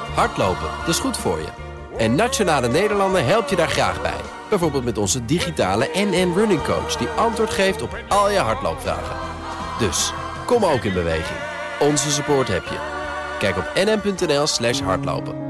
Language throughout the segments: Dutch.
Hardlopen, dat is goed voor je. En Nationale Nederlanden helpt je daar graag bij. Bijvoorbeeld met onze digitale NN Running Coach... die antwoord geeft op al je hardloopvragen. Dus, kom ook in beweging. Onze support heb je. Kijk op nn.nl/hardlopen.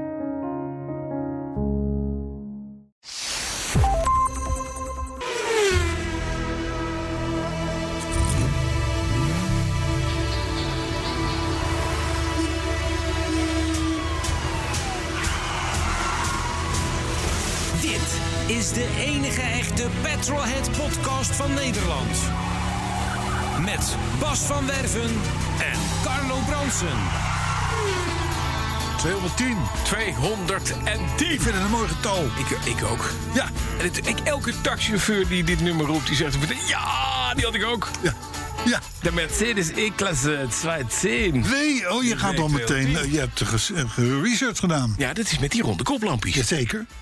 Is de enige echte Petrolhead-podcast van Nederland. Met Bas van Werven en Carlo Bronsen. 210. 210. Ik vind het een mooi getal. Ik ook. Ja. En elke taxichauffeur die dit nummer roept, die zegt meteen... Ja, die had ik ook. Ja. Ja. De Mercedes E-klasse 210. Nee, je gaat al meteen... je hebt research gedaan. Ja, dat is met die ronde koplampjes. Ja,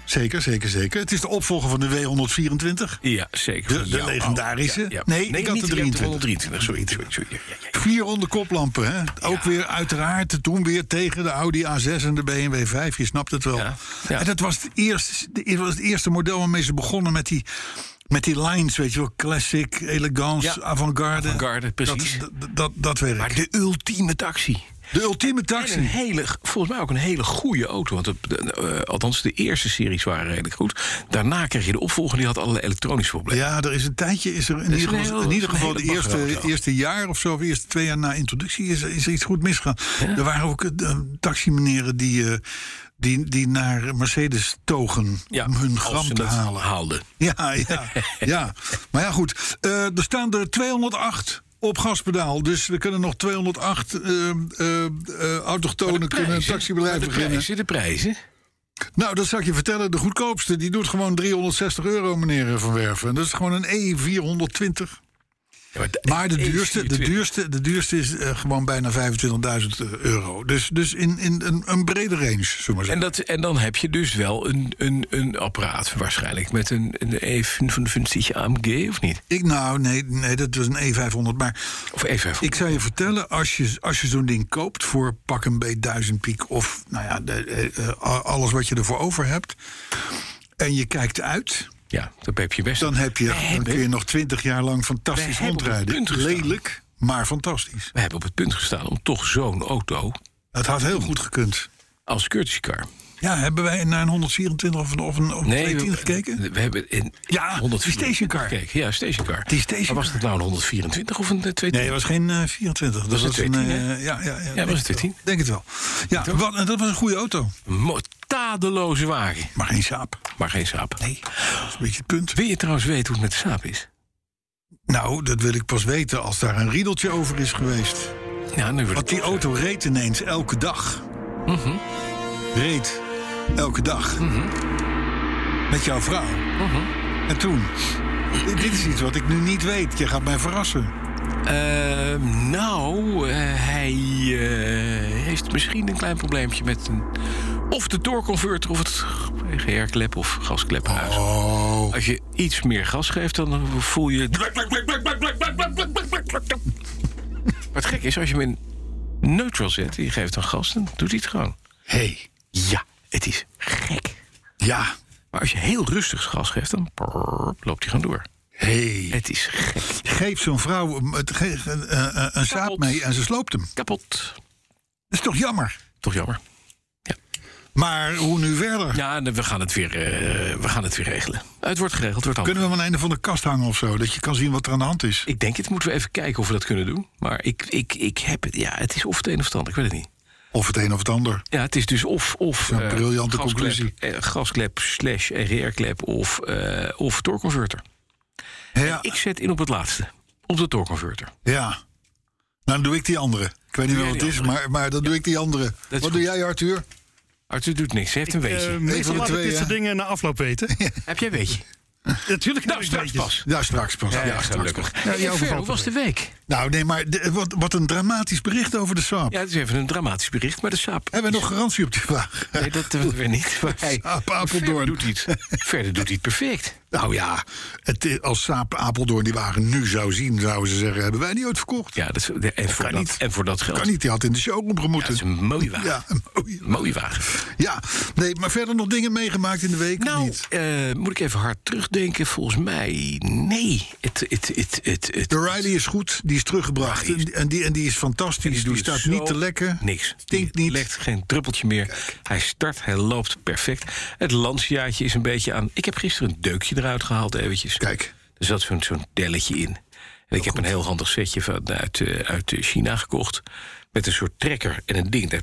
zeker. Het is de opvolger van de W124. Ja, zeker. De legendarische. Ja. Nee, ik had de 23. 123, sorry. Ja. 4 ronde koplampen, hè? Ook weer uiteraard toen weer tegen de Audi A6 en de BMW 5. Je snapt het wel. Ja. En dat was het eerste model waarmee ze begonnen met die lines, weet je wel. Classic, elegance, avant-garde. Avant-garde, precies. Dat werkt. Maar de ultieme taxi. De ultieme taxi. En volgens mij ook een hele goede auto. Want althans, de eerste series waren redelijk goed. Daarna kreeg je de opvolger, die had allerlei elektronische problemen. Ja, er is een tijdje, in ieder geval de eerste jaar of zo, of eerste 2 jaar na introductie, is er iets goed misgegaan. Ja? Er waren ook taximeneren die naar Mercedes togen om hun gram te halen. Ja. Maar ja, goed. Er staan er 208 op gaspedaal. Dus we kunnen nog 208 autochtonen kunnen een taxibedrijf beginnen. De prijzen? Nou, dat zal ik je vertellen. De goedkoopste, die doet gewoon €360, meneer Van Werven. Dat is gewoon een E420. Ja, maar de duurste is gewoon bijna €25.000. Dus in een brede range, zullen we zeggen. En dan heb je dus wel een apparaat waarschijnlijk met een E55 AMG, of niet? Nee, dat was een E500. Of E500. Ik zou je vertellen, als je zo'n ding koopt voor pak een beetje 1000 piek... of alles wat je ervoor over hebt... en je kijkt uit... Ja, dat heb je best. Dan kun je nog 20 jaar lang fantastisch rondrijden. Lelijk, maar fantastisch. We hebben op het punt gestaan om toch zo'n auto... Het had heel goed gekund. Als courtesy car. Ja, hebben wij naar een 124 of een 210 gekeken? We hebben in 124 stationcar gekeken. Ja, stationcar. Die stationcar. Maar was het nou een 124 of een 210? Nee, het was geen 24. Dat was een 210, ja, dat was een 210. Denk het wel. Ja, dat was een goede auto. Tadeloze wagen. Maar geen Saab. Nee, dat is een beetje het punt. Wil je trouwens weten hoe het met de Saab is? Nou, dat wil ik pas weten als daar een riedeltje over is geweest. Ja, want die auto reed ineens elke dag. Reed elke dag. Met jouw vrouw. En toen? Dit is iets wat ik nu niet weet. Je gaat mij verrassen. Hij heeft misschien een klein probleempje met of de doorconverter of het GR-klep of gasklephuis. Oh. Als je iets meer gas geeft, dan voel je... Maar het gek is, als je hem in neutral zet en je geeft dan gas, dan doet hij het gewoon. Ja, het is gek. Ja. Maar als je heel rustig gas geeft, dan loopt hij gewoon door. Het is gek. Geef zo'n vrouw een Saab mee en ze sloopt hem. Kapot. Dat is toch jammer? Ja. Maar hoe nu verder? Ja, we gaan het weer regelen. Het wordt geregeld. Kunnen we hem aan het einde van de kast hangen of zo? Dat je kan zien wat er aan de hand is? Ik denk het. Moeten we even kijken of we dat kunnen doen. Maar ik heb het. Ja, het is of het een of het ander. Ik weet het niet. Of het een of het ander. Ja, het is dus of een briljante conclusie. Gasklep / RR-klep of doorconverter. Ja. Ik zet in op het laatste. Op de doorconverter. Ja. Nou, dan doe ik die andere. Ik weet niet wat het is, maar dan doe ik die andere. Wat doe jij, Arthur? Arthur doet niks. Hij heeft een weetje. Meestal laat ik dit soort dingen na afloop weten. Heb jij weetje? Natuurlijk. Nou, straks pas. Ja, straks pas. Ja, gelukkig. Hoe was de week? Nou, nee, maar wat een dramatisch bericht over de Saab. Ja, het is even een dramatisch bericht, maar de Saab... Hebben we nog garantie op die wagen? Nee, dat weer niet. Saab Apeldoorn. Verder doet hij het perfect. Nou ja, als Saab Apeldoorn die wagen nu zou zien, zouden ze zeggen, hebben wij niet ooit verkocht. Ja, en voor dat geld. Kan niet, die had in de showroom gemoeten. Ja, dat is een mooie wagen. Ja, een mooie wagen. Ja, nee, maar verder nog dingen meegemaakt in de week? Nou, niet? Moet ik even hard terugdenken? Volgens mij, nee. De Riley is goed, die is teruggebracht. En die is fantastisch, die staat niet te lekken. Niks. Stinkt niet. Legt geen druppeltje meer. Kijk. Hij start, hij loopt perfect. Het Lanciaatje is een beetje aan... Ik heb gisteren een deukje eruit gehaald eventjes. Kijk. Er zat zo'n delletje in. En ik heb een heel handig setje uit China gekocht. Met een soort trekker en een ding.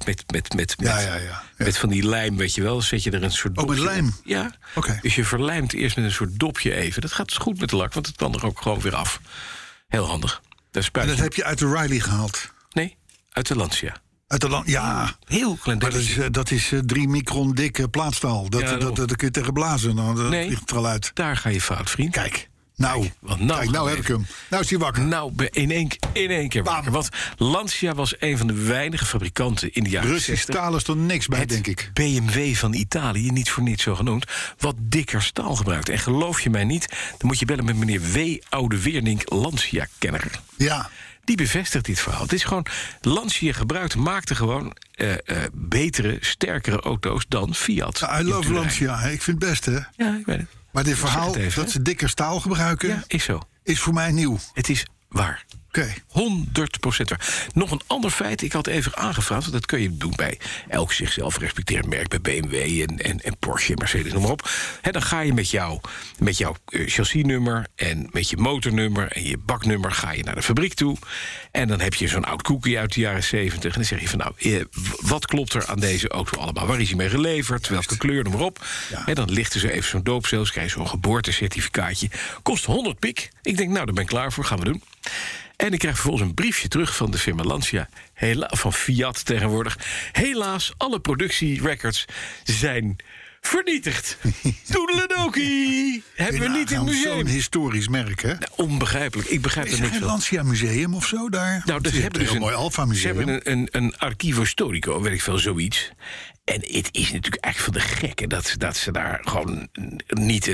Met van die lijm, weet je wel. Zet je er een soort dopje met lijm? Ja. Okay. Dus je verlijmt eerst met een soort dopje even. Dat gaat dus goed met de lak, want het kan er ook gewoon weer af. Heel handig. En dat heb je uit de Riley gehaald? Nee, uit de Lancia. Uit de ja. Heel klein delletje. Maar dat is 3 micron dikke plaatstaal. Dat kun je tegen blazen, dan vliegt het er al uit. Daar ga je fout, vriend. Kijk. Nou heb ik hem. Nou is hij wakker. Nou, in één keer wakker. Want Lancia was een van de weinige fabrikanten in de jaren 60. Russisch staal is er niks bij, denk ik. BMW van Italië, niet voor niets zo genoemd, wat dikker staal gebruikt. En geloof je mij niet, dan moet je bellen met meneer W. Oude-Weernink, Lancia-kenner. Ja. Die bevestigt dit verhaal. Het is gewoon, Lancia maakte gewoon betere, sterkere auto's dan Fiat. I love Lancia, ik vind het best, hè? Ja, ik weet het. Maar dit verhaal dat ze dikker staal gebruiken, is zo. Is voor mij nieuw. Het is waar. Oké. 100% waar. Nog een ander feit, ik had even aangevraagd, want dat kun je doen bij elk zichzelf respecterend merk, bij BMW en Porsche, Mercedes, noem maar op. Dan ga je met jouw chassisnummer en met je motornummer en je baknummer ga je naar de fabriek toe. En dan heb je zo'n oud cookie uit de jaren 70. En dan zeg je van, wat klopt er aan deze auto allemaal? Waar is hij mee geleverd? Welke kleur, noem maar op. Ja. En dan lichten ze even zo'n doopcel, krijg je zo'n geboortecertificaatje. Kost 100 pik. Ik denk, nou, daar ben ik klaar voor, gaan we doen. En ik krijg vervolgens een briefje terug van de firma Lancia, van Fiat tegenwoordig. Helaas, alle productierecords zijn vernietigd. Toedeledokie! Hebben we niet in het museum. Zo'n historisch merk, hè? Nou, onbegrijpelijk. Ik begrijp er niks van. Is er een Lancia museum of zo daar? Nou, ze hebben dus een mooi Alfa museum. Ze hebben een archivo storico, weet ik veel, zoiets. En het is natuurlijk echt van de gekken dat ze daar gewoon niet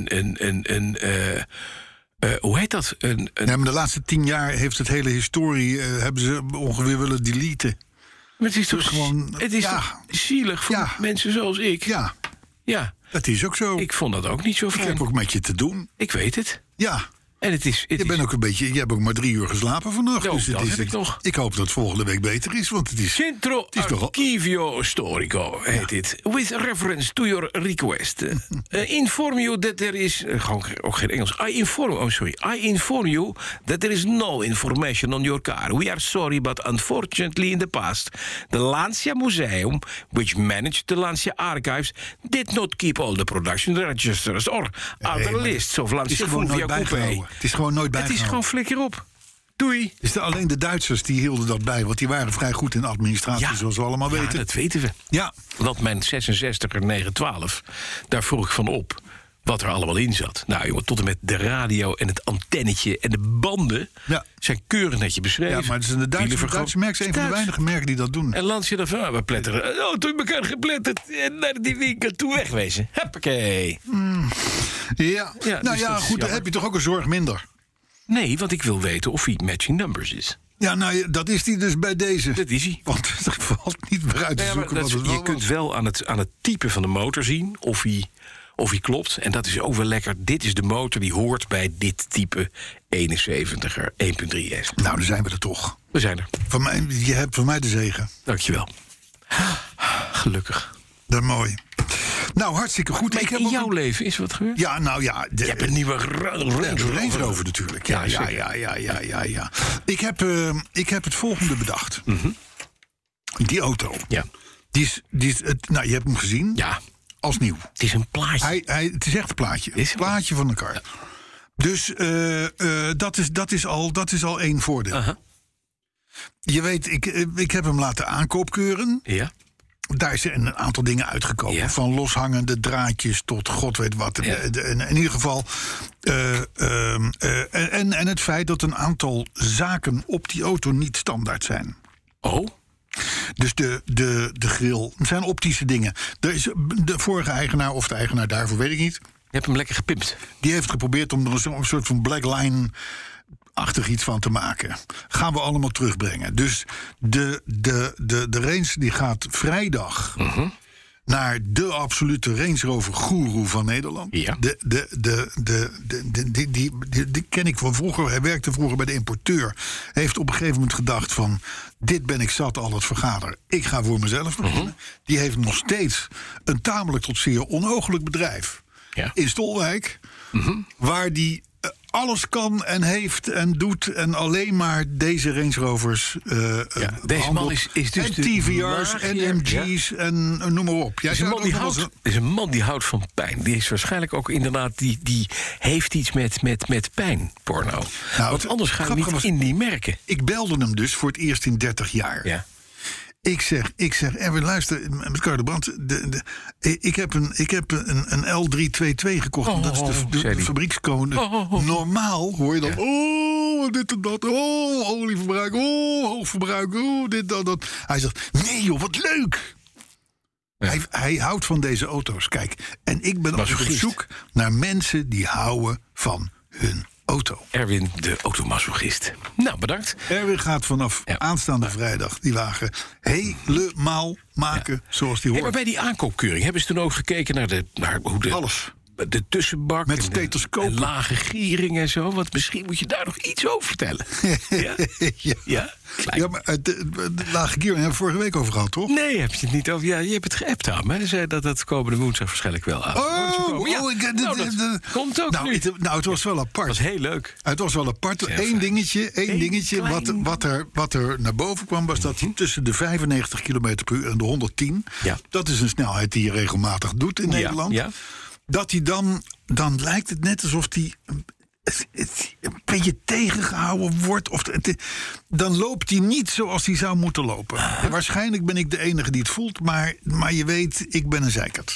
hoe heet dat? Nee, maar de laatste 10 jaar heeft het hele historie hebben ze ongeveer willen deleten. Maar het is toch gewoon. Het is toch zielig voor mensen zoals ik. Ja. Dat is ook zo. Ik vond dat ook niet zo fijn. Ik heb ook met je te doen. Ik weet het. Ja. En je hebt ook maar 3 uur geslapen vannacht. Ja, dus dat heb ik nog. Ik hoop dat het volgende week beter is, want het is. Centro Archivio Storico heet dit. With reference to your request. Inform you that there is. Gewoon ook geen Engels. I inform you that there is no information on your car. We are sorry, but unfortunately in the past, the Lancia Museum, which managed the Lancia archives, did not keep all the production registers or other lists of Lancia Fulvia Coupe. Het is gewoon nooit bijgehouden. Het is gewoon flikker op. Doei. Alleen de Duitsers die hielden dat bij, want die waren vrij goed in administratie, zoals we allemaal weten. Ja, dat weten we. Ja. Want mijn 66er 912, daar vroeg ik van op wat er allemaal in zat. Nou jongen, tot en met de radio en het antennetje en de banden zijn keurig netjes beschreven. Ja, maar het is de Duitse merk is een van de weinige merken die dat doen. En Lancia daarvan, we pletteren. Toen elkaar gepletterd en naar die winkel toe wegwezen. Hoppakee. Ja, dus goed, dan heb je toch ook een zorg minder. Nee, want ik wil weten of hij matching numbers is. Ja, nou, dat is hij dus bij deze. Dat is hij. Want er valt niet meer uit te zoeken wat het was. Je kunt wel aan het type van de motor zien of hij klopt. En dat is ook wel lekker. Dit is de motor die hoort bij dit type 71er 1.3S. Nou, dan zijn we er toch. We zijn er. Je hebt van mij de zegen. Dankjewel. Gelukkig. Dat is mooi. Nou, hartstikke goed. Maar in jouw leven is wat gebeurd? Ja, nou ja. Je hebt een nieuwe Range Rover natuurlijk. Ja. Ik heb het volgende bedacht. Mm-hmm. Die auto. Ja. Je hebt hem gezien. Ja. Als nieuw. Het is een plaatje. Het is echt een plaatje. Is een plaatje van de kar. Ja. Dus dat is al één voordeel. Uh-huh. Je weet, ik heb hem laten aankoopkeuren. Ja. Daar zijn een aantal dingen uitgekomen. Ja. Van loshangende draadjes tot god weet wat. Ja. In ieder geval. En het feit dat een aantal zaken op die auto niet standaard zijn. Oh? Dus de grill zijn optische dingen. Er is de vorige eigenaar of de eigenaar daarvoor, weet ik niet. hebt hem lekker gepimpt. Die heeft geprobeerd om er een soort van black line-achtig iets van te maken. Gaan we allemaal terugbrengen. Dus de range die gaat vrijdag naar de absolute Range Rover goeroe van Nederland. Ja. Die ken ik van vroeger. Hij werkte vroeger bij de importeur. Heeft op een gegeven moment gedacht van... dit ben ik zat, al het vergader. Ik ga voor mezelf beginnen. Die heeft nog steeds een tamelijk tot zeer onooglijk bedrijf... in Stolwijk... waar die alles kan en heeft en doet... en alleen maar deze Range Rovers deze man is dus en TVR's en MG's en noem maar op. Is een man die houdt van pijn. Die is waarschijnlijk ook inderdaad... die heeft iets met pijn, porno. Want anders ga je niet in die merken. Ik belde hem dus voor het eerst in 30 jaar. Ja. Ik zeg, Erwin, luister, met Carlo Brandt... Ik heb een L322 gekocht. Dat is de fabriekscode. Normaal hoor je dan... dit en dat. Olieverbruik. Hoogverbruik. Dit, dat. Hij zegt, nee joh, wat leuk. Ja. Hij houdt van deze auto's. Kijk, en ik ben op zoek naar mensen die houden van hun auto. Erwin, de automasochist. Nou, bedankt. Erwin gaat vanaf aanstaande vrijdag die wagen helemaal maken zoals die hoort. Maar bij die aankoopkeuring hebben ze toen ook gekeken naar hoe de... Alles. De tussenbak met stethoscoop en lage giering en zo. Want misschien moet je daar nog iets over vertellen. Ja, maar de lage giering hebben we vorige week over gehad, toch? Nee, heb je het niet over. Ja, je hebt het geappt aan me. Hij zei dat komende woensdag waarschijnlijk wel aan. Dat komt ook nu. Het was wel apart. Het was heel leuk. Het was wel apart. Eén dingetje wat er naar boven kwam... was dat hij tussen de 95 km per uur en de 110... dat is een snelheid die je regelmatig doet in Nederland... Ja. Dat hij dan lijkt het net alsof hij een beetje tegengehouden wordt. Dan loopt hij niet zoals hij zou moeten lopen. Waarschijnlijk ben ik de enige die het voelt, maar je weet, ik ben een zeikert.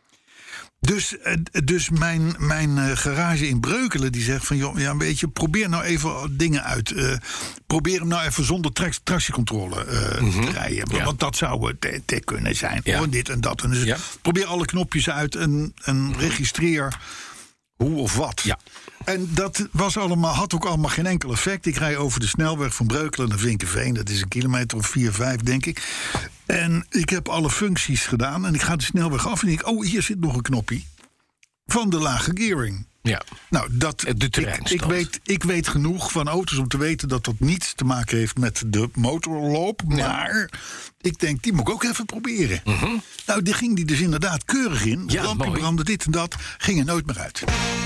Dus mijn garage in Breukelen die zegt van... joh, een beetje, probeer nou even dingen uit. Probeer hem nou even zonder tractiecontrole te rijden. Ja. Want dat zou het kunnen zijn. Ja. Gewoon dit en dat. En dus probeer alle knopjes uit en registreer hoe of wat. Ja. En dat had ook allemaal geen enkel effect. Ik rij over de snelweg van Breukelen naar Vinkenveen. Dat is 1 kilometer of 4, 5, denk ik. En ik heb alle functies gedaan. En ik ga de snelweg af en denk hier zit nog een knopje. Van de lage gearing. Ja. Nou, ik weet genoeg van auto's om te weten dat dat niets te maken heeft met de motorloop. Maar ik denk, die moet ik ook even proberen. Nou, die ging die dus inderdaad keurig in. Ja, lampje brandde, dit en dat. Ging er nooit meer uit.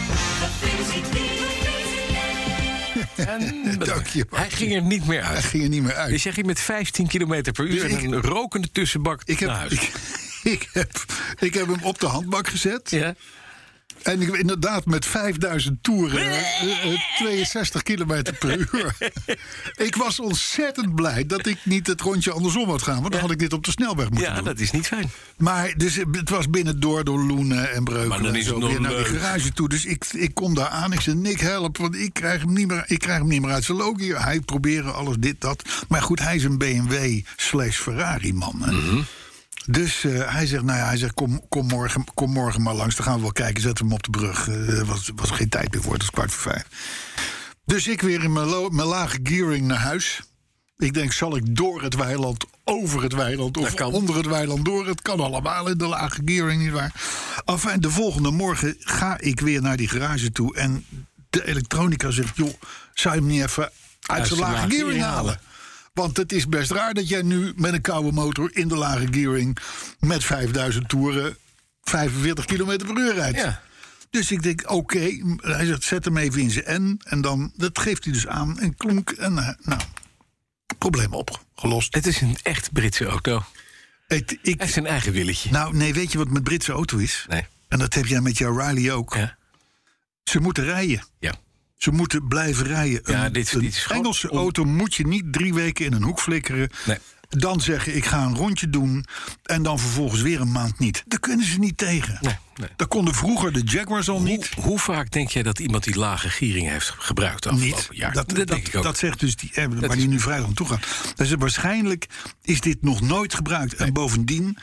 Hij ging er niet meer uit. Dus jij ging met 15 km per uur en een rokende tussenbak naar huis. Ik heb hem op de handbak gezet. Ja. En ik heb inderdaad met 5000 toeren 62 kilometer per uur. Ik was ontzettend blij dat ik niet het rondje andersom had gaan. Want dan had ik dit op de snelweg moeten doen. Ja, dat is niet fijn. Maar dus het was binnen door Loenen en Breukelen en zo weer naar de garage toe. Dus ik kom daar aan. Ik zei, Nick, help, want ik krijg hem niet meer uit zijn look hier. Hij probeerde alles, dit, dat. Maar goed, hij is een BMW/Ferrari man. Dus hij zegt, kom morgen maar langs. Dan gaan we wel kijken, zetten we hem op de brug. Was er geen tijd meer voor, het is 4:15. Dus ik weer in mijn lage gearing naar huis. Ik denk, zal ik door het weiland, over het weiland... of onder het weiland door? Het kan allemaal in de lage gearing, nietwaar? Enfin, de volgende morgen ga ik weer naar die garage toe... en de elektronica zegt, joh, zou je hem niet even uit zijn lage gearing halen? Want het is best raar dat jij nu met een koude motor in de lage gearing... met 5000 toeren 45 km per uur rijdt. Ja. Dus ik denk, oké, hij zegt, zet hem even in zijn N. En dan, dat geeft hij dus aan en klonk. En probleem opgelost. Het is een echt Britse auto. Het is een eigen willetje. Nou, nee, weet je wat met Britse auto is? Nee. En dat heb jij met jouw Riley ook. Ja. Ze moeten rijden. Ja. Ze moeten blijven rijden. Ja, een Engelse auto moet je niet 3 weken in een hoek flikkeren. Nee. Dan zeggen, ik ga een rondje doen. En dan vervolgens weer een maand niet. Daar kunnen ze niet tegen. Nee. Dat konden vroeger de Jaguars al niet. Hoe vaak denk jij dat iemand die lage giering heeft gebruikt afgelopen jaar? Dat denk ik ook. Dat zegt dus waar die nu vrijdag naartoe gaat. Dus waarschijnlijk is dit nog nooit gebruikt. Nee. En bovendien,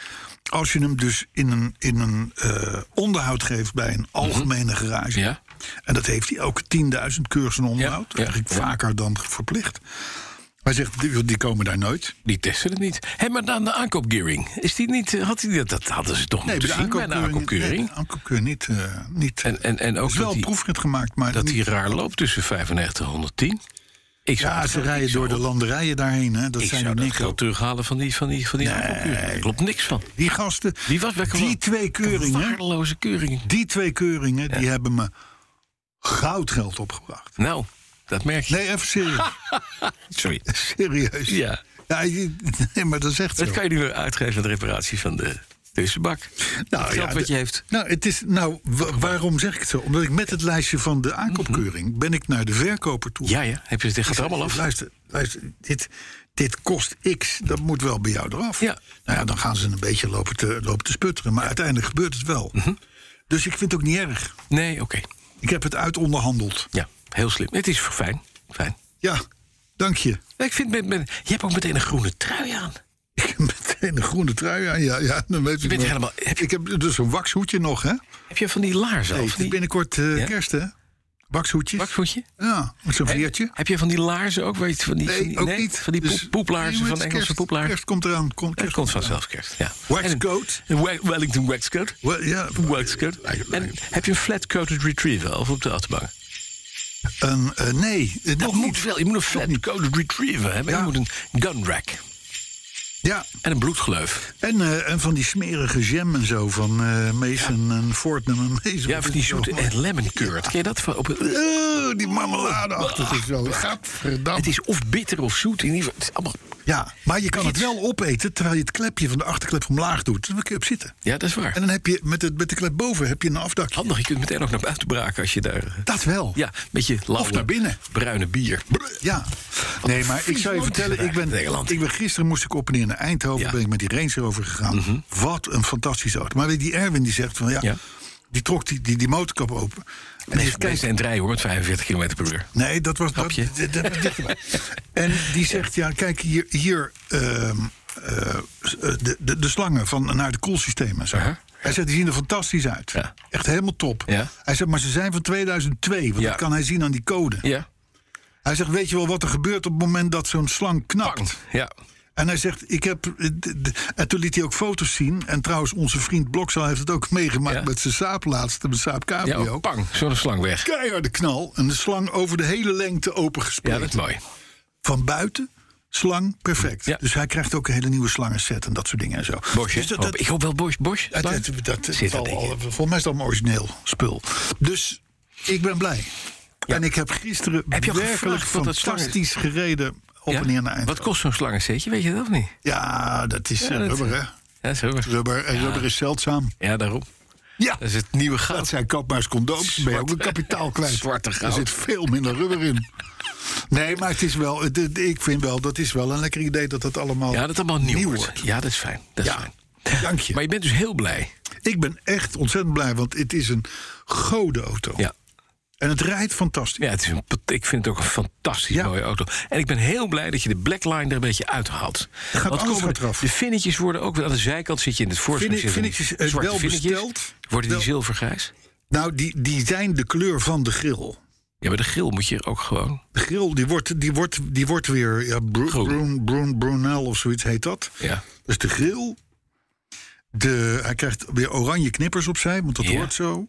als je hem dus in een onderhoud geeft bij een algemene garage. Ja. En dat heeft hij elke 10.000 keurig een onderhoud. Ja. Eigenlijk vaker dan verplicht. Hij zegt, die komen daar nooit. Die testen het niet. Maar dan de aankoopgearing. Is die niet? Dat hadden ze toch moeten zien bij de aankoopkeuring? Nee, de aankoopkeuring niet. En ook is wel een proefrit gemaakt, maar dat die raar loopt tussen 95 en 110. Ze rijden door de landerijen daarheen. Hè. Dat ik zijn zou er dat niks geld terughalen van die aankoopkeuring. Daar klopt niks van. Die gasten, Die 2 keuringen. Waardeloze keuringen. Die 2 keuringen, die hebben me goudgeld opgebracht. Nou, dat merk je. Nee, even serieus. Sorry. Serieus. Ja. Nee, maar dat is echt zo. Dat kan je nu weer uitgeven aan de reparatie van de tussenbak. Het geld wat je heeft. Waarom zeg ik het zo? Omdat ik met het lijstje van de aankoopkeuring ben ik naar de verkoper toe. Ja. Dit gaat er allemaal af. Luister, dit kost X, dat moet wel bij jou eraf. Ja. Nou ja, dan gaan ze een beetje lopen te sputteren. Maar uiteindelijk gebeurt het wel. Dus ik vind het ook niet erg. Nee, oké. Ik heb het uitonderhandeld. Ja, heel slim. Het is fijn. Ja, dank je. Ik vind, je hebt ook meteen een groene trui aan. Ik heb meteen een groene trui aan. Ja, dan weet Je bent helemaal, ik heb dus een waxhoedje nog, hè? Heb je van die laarzen? Nee, het is binnenkort kerst, hè? Waxhoedjes. Waxhoedje? Ja, met zo'n veertje. Heb je van die laarzen ook? Weet je, niet. Van die Dus poeplaarzen, van de Engelse poeplaarzen? Kerst komt eraan. Het komt vanzelf kerst, ja. Waxcoat. Een Wellington waxcoat. Ja. Waxcoat. En heb je een flat-coated retriever of op de autobahn? Nee, Dat moet wel. Je moet een flat-coated retriever hebben. Ja. Je moet een gun rack. Ja. En een bloedgleuf. En van die smerige jam en zo van Mason en Ford nummer Mason. Ja, van die zoete en lemon curd. Ken je dat? Die marmeladeachtige zo. Gadverdamme. Het is of bitter of zoet. In ieder geval, het is allemaal... Ja, maar je kan het wel opeten terwijl je het klepje van de achterklep omlaag doet. Dan kun je op zitten. Ja, dat is waar. En dan heb je met de klep boven heb je een afdakje. Handig, je kunt meteen ook naar buiten braken als je daar... Dat wel. Ja, met je lauwe, Of naar binnen. bruine bier. Ja. Nee, maar ik zou je vertellen, ik ben gisteren moest ik op en neer naar Eindhoven. Ja. Ben ik met die Range Rover gegaan. Wat een fantastische auto. Maar weet je, die Erwin die zegt van die trok die motorkap open. En Nee, kijk, en rijden hoor, met 45 km per uur. Nee, dat was Grapje. dat was dichterbij. En die zegt, kijk, hier de slangen naar de koelsystemen en zo. Hij zegt, die zien er fantastisch uit. Ja. Echt helemaal top. Ja. Hij zegt, maar ze zijn van 2002, want dat kan hij zien aan die code. Ja. Hij zegt, weet je wel wat er gebeurt op het moment dat zo'n slang knapt? Bang. Ja. En hij zegt, en toen liet hij ook foto's zien. En trouwens, onze vriend Blokzaal heeft het ook meegemaakt met zijn Saab laatste, met Saab Cabrio. Ja, pang, zo'n slang weg. Keiharde knal. En de slang over de hele lengte opengespleten. Ja, dat is mooi. Van buiten, slang, perfect. Ja. Dus hij krijgt ook een hele nieuwe slangenset en dat soort dingen en zo. Bosch, dus ik hoop wel Bosch. Volgens mij is dat een origineel spul. Dus ik ben blij. Ja. En ik heb gisteren werkelijk fantastisch gereden op en neer naar Eindhoven. Wat kost zo'n slangensetje, weet je dat of niet? Ja, dat is rubber, hè? Ja, dat is rubber. Rubber is zeldzaam. Ja, daarom. Ja, dat is het nieuwe goud. Dat zijn koopmaars condooms. Ben je ook een kapitaal kwijt. Zwarte goud. Er zit veel minder rubber in. Nee, maar het is wel, ik vind wel, dat is wel een lekker idee dat dat allemaal nieuw wordt. Ja, dat is fijn. Dat is fijn. Dank je. Maar je bent dus heel blij. Ik ben echt ontzettend blij, want het is een gode auto. Ja. En het rijdt fantastisch. Ja, ik vind het ook een fantastisch mooie auto. En ik ben heel blij dat je de Blackline er een beetje uithaalt. Want eraf. De finnetjes worden ook... Aan de zijkant zit je in het voorstel. Finnetjes wel besteld. Worden die zilvergrijs? Nou, die zijn de kleur van de grill. Ja, maar de grill moet je ook gewoon... De grill, die wordt weer... Brunel of zoiets heet dat. Ja. Dus de grill... Hij krijgt weer oranje knippers opzij, want dat hoort zo.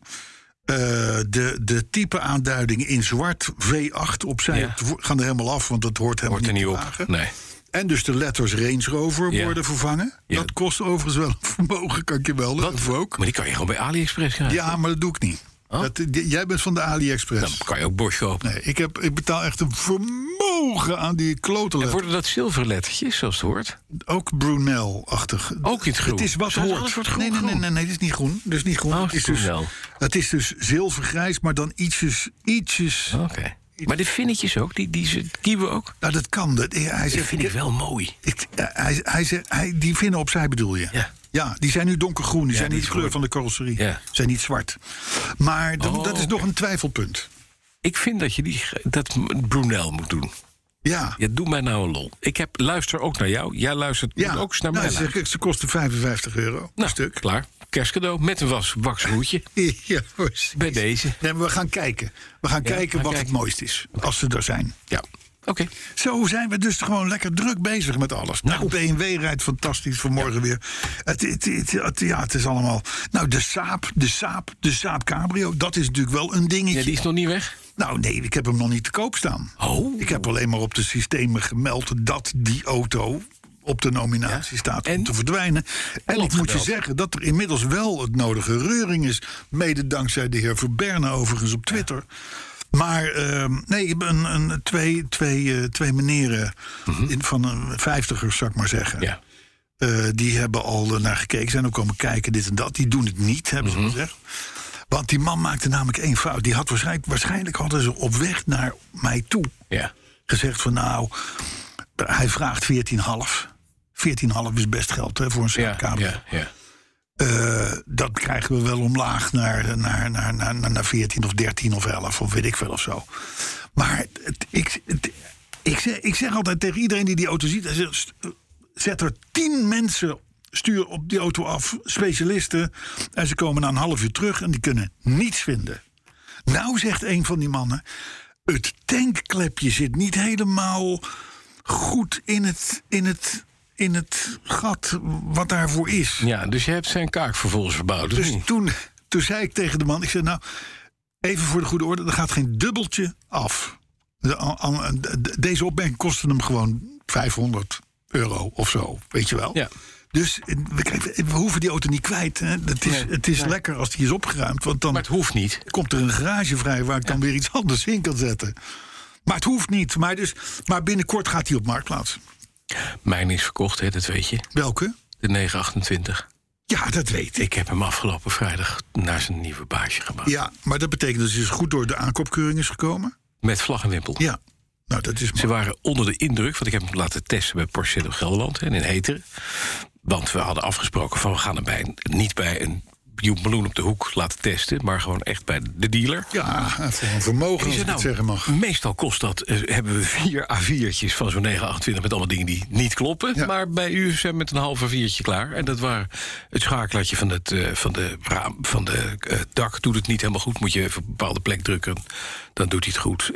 De type aanduidingen in zwart V8 opzij gaan er helemaal af, want dat hoort helemaal niet op. Nee. En dus de letters Range Rover worden vervangen. Ja. Dat kost overigens wel een vermogen, kan ik je wel. Maar die kan je gewoon bij AliExpress krijgen. Ja, maar dat doe ik niet. Oh? Jij bent van de AliExpress. Dan kan je ook Bosch kopen. Nee, ik betaal echt een vermogen aan die klote letters. En worden dat zilverlettertjes, zoals het hoort? Ook Brunel-achtig. Ook in het groen? Het is wat hoort. Nee, het is niet groen. Dus niet groen. Oh, het is dus zilvergrijs, maar dan ietsjes... Oké. Maar de finnetjes ook, die kieuwen ook? Nou, dat kan. Hij zegt, vind ik wel mooi. Hij zegt, die vinnen opzij bedoel je? Ja. Ja, die zijn nu donkergroen. Die zijn niet de kleur van de carrosserie. Ja. Zijn niet zwart. Maar dat is nog een twijfelpunt. Ik vind dat je dat Brunel moet doen. Ja. Doe mij nou een lol. Luister ook naar jou. Jij luistert ook eens naar mij. Ze kosten €55 een stuk. Klaar. Kerstcadeau met een waxhoedje. Ja, precies. Bij deze. Nee, maar we gaan kijken. We gaan kijken wat het mooist is. Als ze er zijn. Ja. Oké. Zo zijn we dus gewoon lekker druk bezig met alles. Nou, BMW rijdt fantastisch vanmorgen weer. Het is allemaal... Nou, de Saab Cabrio, dat is natuurlijk wel een dingetje. Ja, die is nog niet weg? Nou, nee, ik heb hem nog niet te koop staan. Oh. Ik heb alleen maar op de systemen gemeld dat die auto op de nominatie staat om te verdwijnen. En ik moet je zeggen dat er inmiddels wel het nodige reuring is. Mede dankzij de heer Verberne overigens op Twitter. Maar ik ben twee meneren van een 50er, zou ik maar zeggen. Ja. Die hebben al naar gekeken, zijn ook komen kijken, dit en dat. Die doen het niet, hebben ze gezegd. Want die man maakte namelijk één fout. Die had waarschijnlijk hadden ze op weg naar mij toe gezegd van nou, hij vraagt 14,5. 14,5 is best geld voor een Saab Cabrio. Ja. Dat krijgen we wel omlaag naar 14 of 13 of 11 of weet ik veel of zo. Maar ik zeg altijd tegen iedereen die auto ziet, zet er 10 mensen, stuur op die auto af, specialisten, en ze komen na een half uur terug en die kunnen niets vinden. Nou, zegt een van die mannen, het tankklepje zit niet helemaal goed in het gat wat daarvoor is. Ja, dus je hebt zijn kaak vervolgens verbouwd. Dus toen zei ik tegen de man, ik zei nou, even voor de goede orde, er gaat geen dubbeltje af. Deze opmerking kostte hem gewoon €500 of zo, weet je wel. Ja. Dus we hoeven die auto niet kwijt. Hè. Het is lekker als die is opgeruimd. Want dan maar het hoeft niet. Komt er een garage vrij waar ik dan weer iets anders in kan zetten. Maar het hoeft niet. Maar binnenkort gaat hij op Marktplaats. Mijn is verkocht, hè, dat weet je. Welke? De 928. Ja, dat weet ik. Ik heb hem afgelopen vrijdag naar zijn nieuwe baasje gebracht. Ja, maar dat betekent dat hij goed door de aankoopkeuring is gekomen? Met vlag en wimpel. Ja. Nou, dat is Ze waren onder de indruk, want ik heb hem laten testen bij Porsche in Gelderland en in Heteren. Want we hadden afgesproken van we gaan hem niet bij een Joep Meloen op de hoek laten testen, maar gewoon echt bij de dealer. Ja, voor een vermogen, als ik het zeggen mag. Meestal kost dat, hebben we 4 A4'tjes van zo'n 928 met allemaal dingen die niet kloppen. Ja. Maar bij u zijn we met een half A4'tje klaar. En dat waren het schakelaartje van de dak doet het niet helemaal goed. Moet je even op een bepaalde plek drukken, dan doet hij het goed.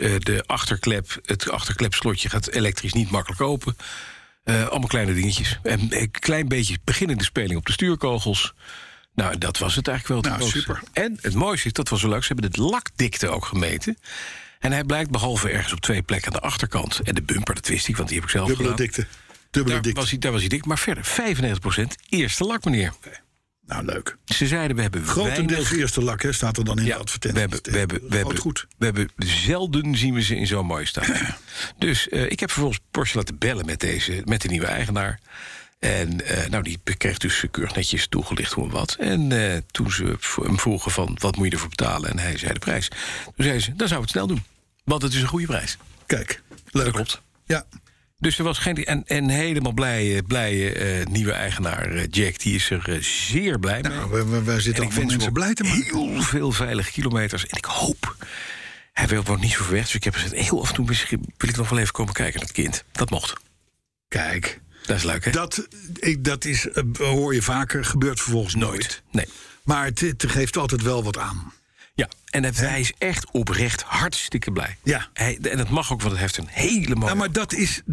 Het achterklepslotje gaat elektrisch niet makkelijk open. Allemaal kleine dingetjes. En een klein beetje beginnende speling op de stuurkogels. Nou, dat was het eigenlijk wel. Nou, super. En het mooiste is, dat was zo leuk, ze hebben de lakdikte ook gemeten. En hij blijkt behalve ergens op 2 plekken aan de achterkant. En de bumper, dat wist ik, want die heb ik zelf gedaan. Dubbele dikte. Daar was hij dik. Maar verder, 95% eerste lak, meneer. Okay. Nou, leuk. Ze zeiden, we hebben grotendeels eerste lak, hè, staat er dan in de advertentie. We hebben zelden zien we ze in zo'n mooie staat. Dus ik heb vervolgens Porsche laten bellen met de nieuwe eigenaar. En die kreeg dus keurig netjes toegelicht hoe en wat. En toen ze hem vroegen van, wat moet je ervoor betalen? En hij zei de prijs. Toen zei ze, dan zou ik het snel doen. Want het is een goede prijs. Kijk, leuk. Dat klopt. Ja. Dus er was geen... En helemaal blije nieuwe eigenaar Jack, die is er zeer blij mee. Nou, wij zitten allemaal mensen blij te maken. Heel veel veilige kilometers. En ik hoop... Hij wil niet zo ver weg, dus ik heb gezegd, heel af en toe wil ik nog wel even komen kijken naar het kind. Dat mocht. Kijk... Dat is leuk, hè? Dat is, hoor je vaker, gebeurt vervolgens nooit. Nee. Maar het geeft altijd wel wat aan. Ja, en hij is echt oprecht hartstikke blij. Ja. En dat mag ook, want het heeft een hele mooie... Nou, maar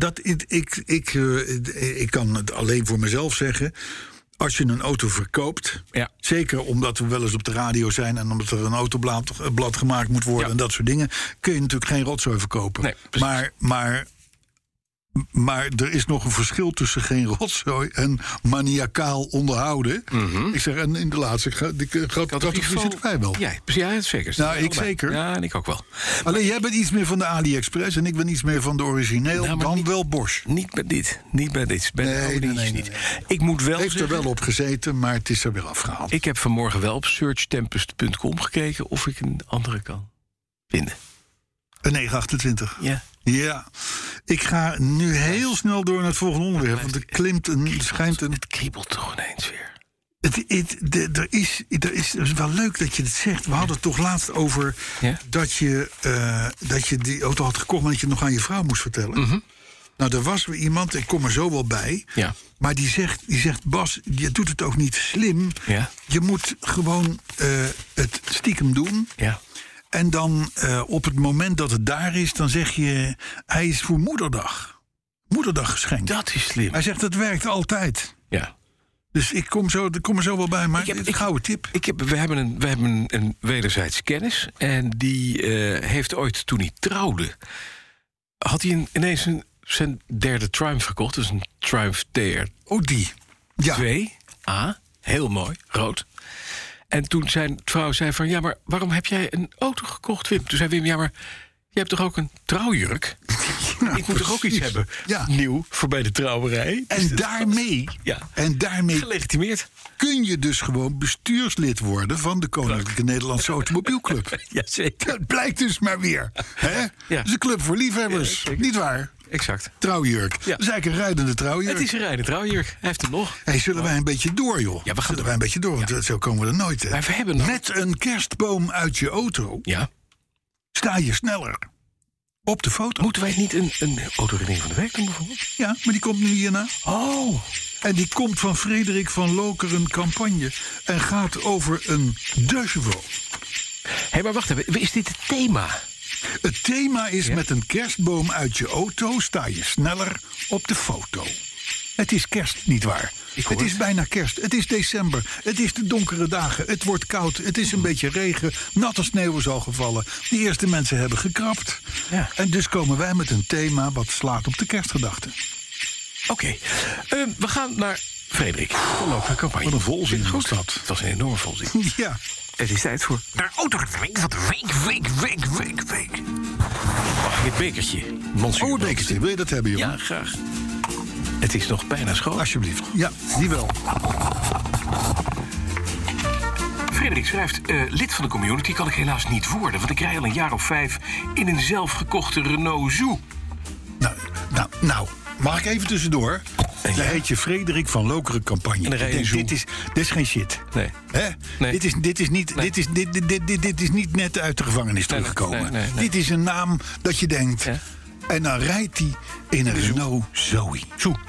ik kan het alleen voor mezelf zeggen. Als je een auto verkoopt, zeker omdat we wel eens op de radio zijn... en omdat er een autoblad gemaakt moet worden en dat soort dingen... kun je natuurlijk geen rotzooi verkopen. Nee, maar er is nog een verschil tussen geen rotzooi en maniacaal onderhouden. Mm-hmm. Ik zeg, en in de laatste categorie zitten wij wel. Ja, zeker. Nou, ik zeker. Ja, en ik ook wel. Alleen jij bent iets meer van de AliExpress en ik ben iets meer van de origineel, dan wel Bosch. Niet bij dit. Nee. Niet. Ik moet wel heeft er wel op gezeten, maar het is er weer afgehaald. Ik heb vanmorgen wel op searchtempest.com gekeken of ik een andere kan vinden. Een 928. Ja. Ja, ik ga nu heel snel door naar het volgende onderwerp. Want er schijnt een... Het kriebelt toch ineens weer. Het is wel leuk dat je het zegt. We hadden het toch laatst over dat je die auto had gekocht, maar dat je het nog aan je vrouw moest vertellen. Mm-hmm. Nou, er was weer iemand, ik kom er zo wel bij. Ja. Maar die zegt, Bas, je doet het ook niet slim. Ja. Je moet gewoon het stiekem doen. Ja. En dan op het moment dat het daar is, dan zeg je, hij is voor moederdag. Moederdag geschenkt. Dat is slim. Hij zegt, dat werkt altijd. Ja. Dus ik kom er zo wel bij, maar ik heb een gouden tip. We hebben een wederzijds kennis. En die heeft ooit, toen hij trouwde, had hij ineens zijn derde Triumph gekocht. Dus een Triumph TR. Oh, die. Ja. 2A. Heel mooi, rood. En toen zijn vrouw zei van, ja, maar waarom heb jij een auto gekocht, Wim? Toen zei Wim, ja, maar je hebt toch ook een trouwjurk? Ik moet toch ook iets hebben nieuw voor bij de trouwerij? En daarmee gelegitimeerd. Kun je dus gewoon bestuurslid worden van de Koninklijke Nederlandse Automobielclub. Jazeker. Dat blijkt dus maar weer. Hè? Ja. Het is een club voor liefhebbers. Ja, niet waar? Exact. Trouwjurk. Ja. Dat is eigenlijk een rijdende trouwjurk. Het is een rijdende trouwjurk. Hij heeft hem nog. Hey, zullen wij een beetje door, joh? Ja, zullen wij een beetje door, want zo komen we er nooit. Hè? Maar we hebben nog... Met een kerstboom uit je auto sta je sneller op de foto. Moeten wij niet een autoherinnering van de week doen bijvoorbeeld? Ja, maar die komt nu hierna. Oh. En die komt van Frederik van Lokeren Campagne en gaat over een De Chevaux. Hé, maar wacht even. Is dit het thema? Het thema is met een kerstboom uit je auto sta je sneller op de foto. Het is kerst, nietwaar? Het is bijna kerst. Het is december. Het is de donkere dagen. Het wordt koud. Het is een beetje regen. Natte sneeuw is al gevallen. De eerste mensen hebben gekrapt. Ja. En dus komen wij met een thema wat slaat op de kerstgedachten. Oké. We gaan naar Frederik van Lokeren Campagne. Wat een volzin was dat. Het was een enorme volzin. Ja. Het is tijd voor de autoherinnering van de week. Mag ik het bekertje? Oh, een bekertje. Wil je dat hebben, jongen? Ja, graag. Het is nog bijna schoon. Alsjeblieft. Ja, die wel. Frederik schrijft, lid van de community kan ik helaas niet worden, want ik rij al een jaar of 5 in een zelfgekochte Renault Zoe. Nou, mag ik even tussendoor? Dan heet je Frederik van Lokeren Campagne. Dit is geen shit. Nee. Hè? Nee. Dit is niet net uit de gevangenis teruggekomen. Nee. Dit is een naam dat je denkt. Ja. En dan rijdt hij in een Renault Zoe.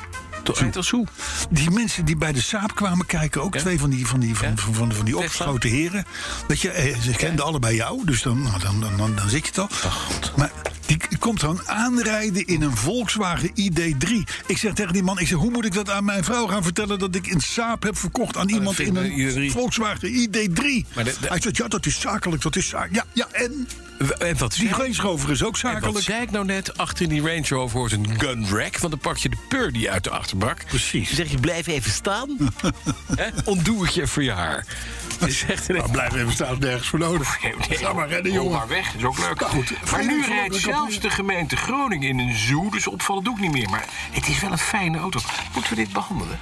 Die mensen die bij de Saab kwamen kijken, ook twee van die opgeschoten heren. Dat ze kenden allebei jou, dus dan zit je toch. Maar die komt dan aanrijden in een Volkswagen ID3. Ik zeg tegen die man, hoe moet ik dat aan mijn vrouw gaan vertellen dat ik een Saab heb verkocht aan iemand in een Volkswagen ID3? Hij zegt, ja, dat is zakelijk, Ja, en wat die greenschover is ook zakelijk. En wat zei ik nou net? Achter in die Range Rover hoort een gun rack, want dan pak je de Purdy uit de achterbak. Precies. Dan zeg je, blijf even staan. Ontdoe het je voor je haar. Blijf even staan, nergens voor nodig. Ga maar redden, jongen. Maar weg, dat is ook leuk. Maar nu rijdt zelfs de gemeente Groningen in een Zoe, dus opvallen doe ik niet meer. Maar het is wel een fijne auto. Moeten we dit behandelen?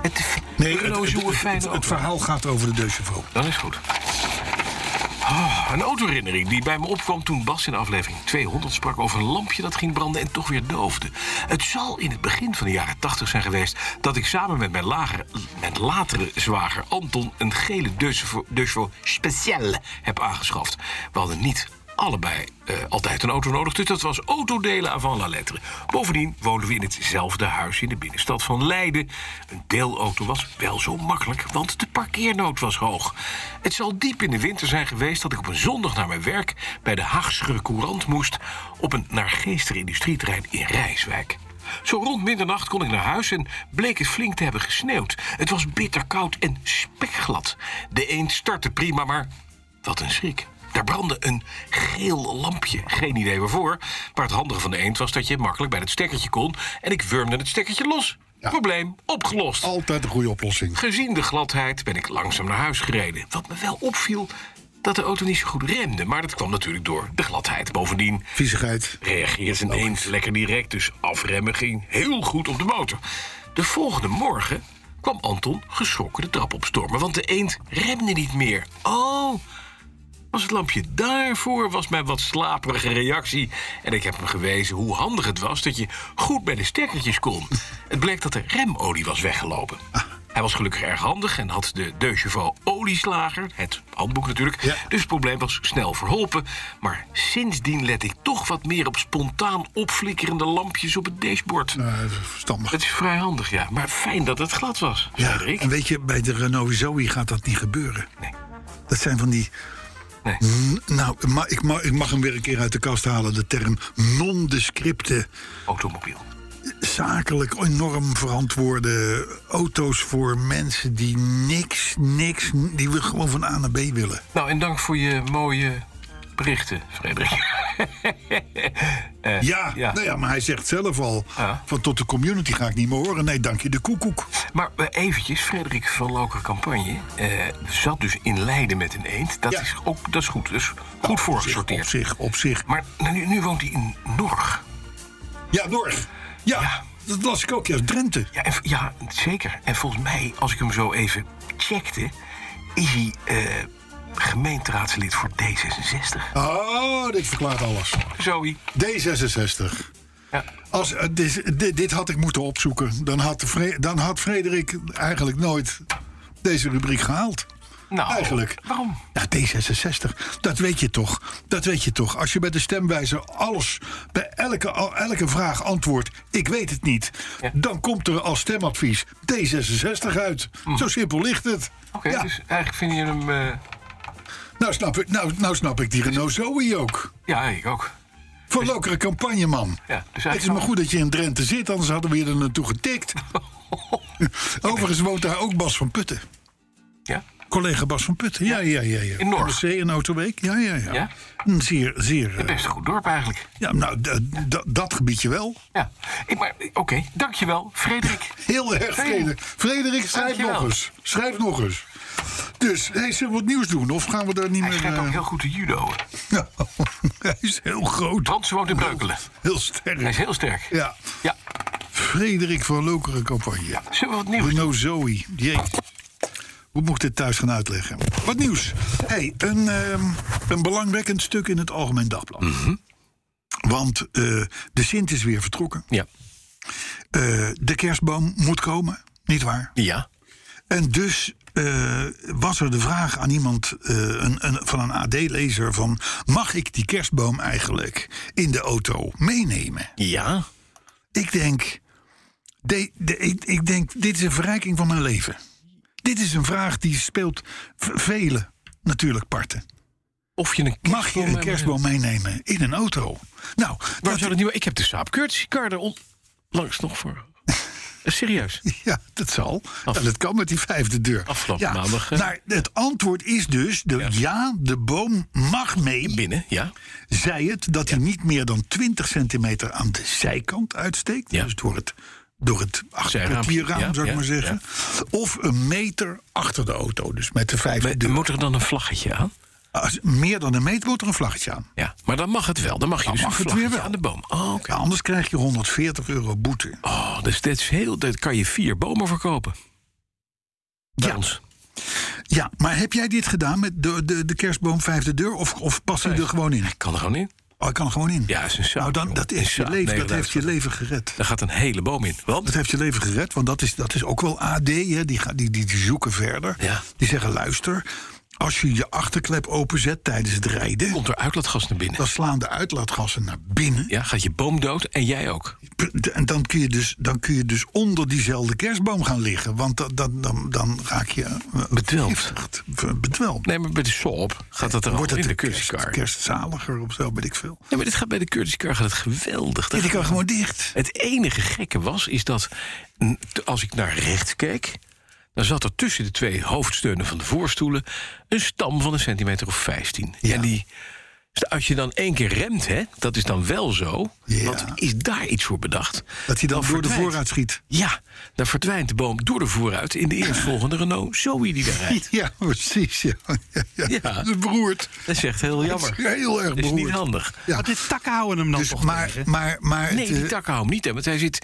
Het verhaal gaat over de De Chevaux. Dat is goed. Een autoherinnering die bij me opkwam toen Bas in aflevering 200 sprak over een lampje dat ging branden en toch weer doofde. Het zal in het begin van de jaren 80 zijn geweest dat ik samen met mijn latere zwager Anton een gele De Chevaux Speciale heb aangeschaft. We hadden niet allebei altijd een auto nodig, dus dat was autodelen avant la lettre. Bovendien woonden we in hetzelfde huis in de binnenstad van Leiden. Een deelauto was wel zo makkelijk, want de parkeernood was hoog. Het zal diep in de winter zijn geweest dat ik op een zondag naar mijn werk bij de Haagse Courant moest op een naargeestig industrieterrein in Rijswijk. Zo rond middernacht kon ik naar huis en bleek het flink te hebben gesneeuwd. Het was bitterkoud en spekglad. De eend startte prima, maar wat een schrik. Daar brandde een geel lampje. Geen idee waarvoor. Maar het handige van de eend was dat je makkelijk bij het stekkertje kon. En ik wurmde het stekkertje los. Ja. Probleem opgelost. Altijd een goede oplossing. Gezien de gladheid ben ik langzaam naar huis gereden. Wat me wel opviel, dat de auto niet zo goed remde. Maar dat kwam natuurlijk door de gladheid. Bovendien viezigheid. Reageert een eend lekker direct. Dus afremmen ging heel goed op de motor. De volgende morgen kwam Anton geschrokken de trap opstormen. Want de eend remde niet meer. Oh, was het lampje daarvoor, was mijn wat slaperige reactie. En ik heb hem gewezen hoe handig het was dat je goed bij de stekkertjes kon. Het bleek dat de remolie was weggelopen. Hij was gelukkig erg handig en had de De Chauveau olieslager, het handboek natuurlijk. Ja. Dus het probleem was snel verholpen. Maar sindsdien let ik toch wat meer op spontaan opflikkerende lampjes op het dashboard. Verstandig. Het is vrij handig, ja. Maar fijn dat het glad was, Frederik. En weet je, bij de Renault Zoe gaat dat niet gebeuren. Nee. Dat zijn van die... Nee. Ik mag hem weer een keer uit de kast halen. De term nondescripte, Automobiel. zakelijk enorm verantwoorde auto's voor mensen die niks, die we gewoon van A naar B willen. Nou, en dank voor je mooie berichten, Frederik. Maar hij zegt zelf al, van tot de community ga ik niet meer horen. Nee, dank je de koekoek. Maar eventjes, Frederik van Lokere Campagne zat dus in Leiden met een eend. Dat is goed, dus goed voorgesorteerd. Op zich. Maar nu woont hij in Norg. Ja, Norg. Ja, dat las ik ook, ja, Drenthe. Ja, zeker. En volgens mij, als ik hem zo even checkte, is hij gemeenteraadslid voor D66. Oh, dit verklaart alles. Zoe. D66. Ja. Als, dit had ik moeten opzoeken. Dan had Frederik eigenlijk nooit deze rubriek gehaald. Nou, eigenlijk. Waarom? Ja, D66. Dat weet je toch. Als je bij de stemwijzer alles, bij elke vraag antwoordt, ik weet het niet. Ja. Dan komt er als stemadvies D66 uit. Zo simpel ligt het. Oké, dus eigenlijk vind je hem... Nou snap ik die Renault Zoe ook. Ja, ik ook. Voor Lokere Campagne, man. Ja, dus het is maar goed dat je in Drenthe zit, anders hadden we je er naartoe getikt. Overigens woont daar ook Bas van Putten. Ja? Collega Bas van Putten, ja. In Norg. NRC en Autoweek, ja. Zeer. Best een goed dorp eigenlijk. Ja, nou, dat gebiedje wel. Ja, oké, dankjewel, Frederik. Heel erg, Frederik, schrijf nog eens. Dus, zullen we wat nieuws doen? Of gaan we daar niet meer... Hij schijnt ook heel goed te judoën. Hij is heel groot. Frans woont in Breukelen. Heel sterk. Hij is heel sterk. Ja. Frederik van Lokere Campagne. Ja. Zullen we wat nieuws doen? Renault Zoe. Hoe moet ik dit thuis gaan uitleggen? Wat nieuws. Een belangwekkend stuk in het Algemeen Dagblad. Mm-hmm. Want de Sint is weer vertrokken. Ja. De kerstboom moet komen, nietwaar? Ja. En dus was er de vraag aan iemand van een AD-lezer van... mag ik die kerstboom eigenlijk in de auto meenemen? Ja. Ik denk, dit is een verrijking van mijn leven. Dit is een vraag die speelt vele natuurlijk parten. Of je mag je een kerstboom meenemen in een auto? Nou, ik heb de Saab Courtesy Car er langs nog voor. Serieus? Ja, dat zal. Dat kan met die 5e deur. Afgelopen maandag. Nou, het antwoord is dus, de boom mag mee. Binnen, ja. Zij het dat hij niet meer dan 20 centimeter aan de zijkant uitsteekt. Ja. Dus door het achterportierraam, zou ik maar zeggen. Ja. Of een meter achter de auto, dus met de 5e deur. Moet er dan een vlaggetje aan? Meer dan een meter moet er een vlaggetje aan. Ja, maar dan mag het wel. Dan mag je dus een vlaggetje aan de boom. Oh, okay. Anders krijg je €140 boete. Oh, dus dat kan je 4 bomen verkopen. Bij ons. Ja, maar heb jij dit gedaan met de kerstboom 5e deur? Of past hij er gewoon in? Ik kan er gewoon in. Oh, ik kan er gewoon in. Ja, is een Saab. Nou, dat heeft je leven gered. Daar gaat een hele boom in. Want? Dat heeft je leven gered, want dat is ook wel AD. Hè? Die zoeken verder. Ja. Die zeggen, luister, als je je achterklep openzet tijdens het rijden... komt er uitlaatgas naar binnen. Dan slaan de uitlaatgassen naar binnen. Ja, gaat je boom dood en jij ook. En dan kun je dus onder diezelfde kerstboom gaan liggen. Want dan raak je... bedwelmd. Nee, maar bij de Saab gaat dat er wordt in de Courtesy Car. Kerstzaliger of zo, weet ik veel. Ja, maar dit gaat bij de Courtesy Car gaat het geweldig. Die kan gewoon dicht. Het enige gekke is dat als ik naar rechts keek... dan zat er tussen de 2 hoofdsteunen van de voorstoelen... een stam van 1,15 centimeter. Ja. En als je dan 1 keer remt, dat is dan wel zo... Ja. want is daar iets voor bedacht... dat hij dan door de vooruit schiet. Ja, dan verdwijnt de boom door de vooruit... in de eerstvolgende Renault Zoe die daar rijdt. Ja, precies. Ja. Dat is beroerd. Dat is echt heel jammer. Dat is heel erg beroerd. Dat is niet handig. Ja. Maar de takken houden hem dan dus, toch maar nee, die takken houden hem niet, want hij zit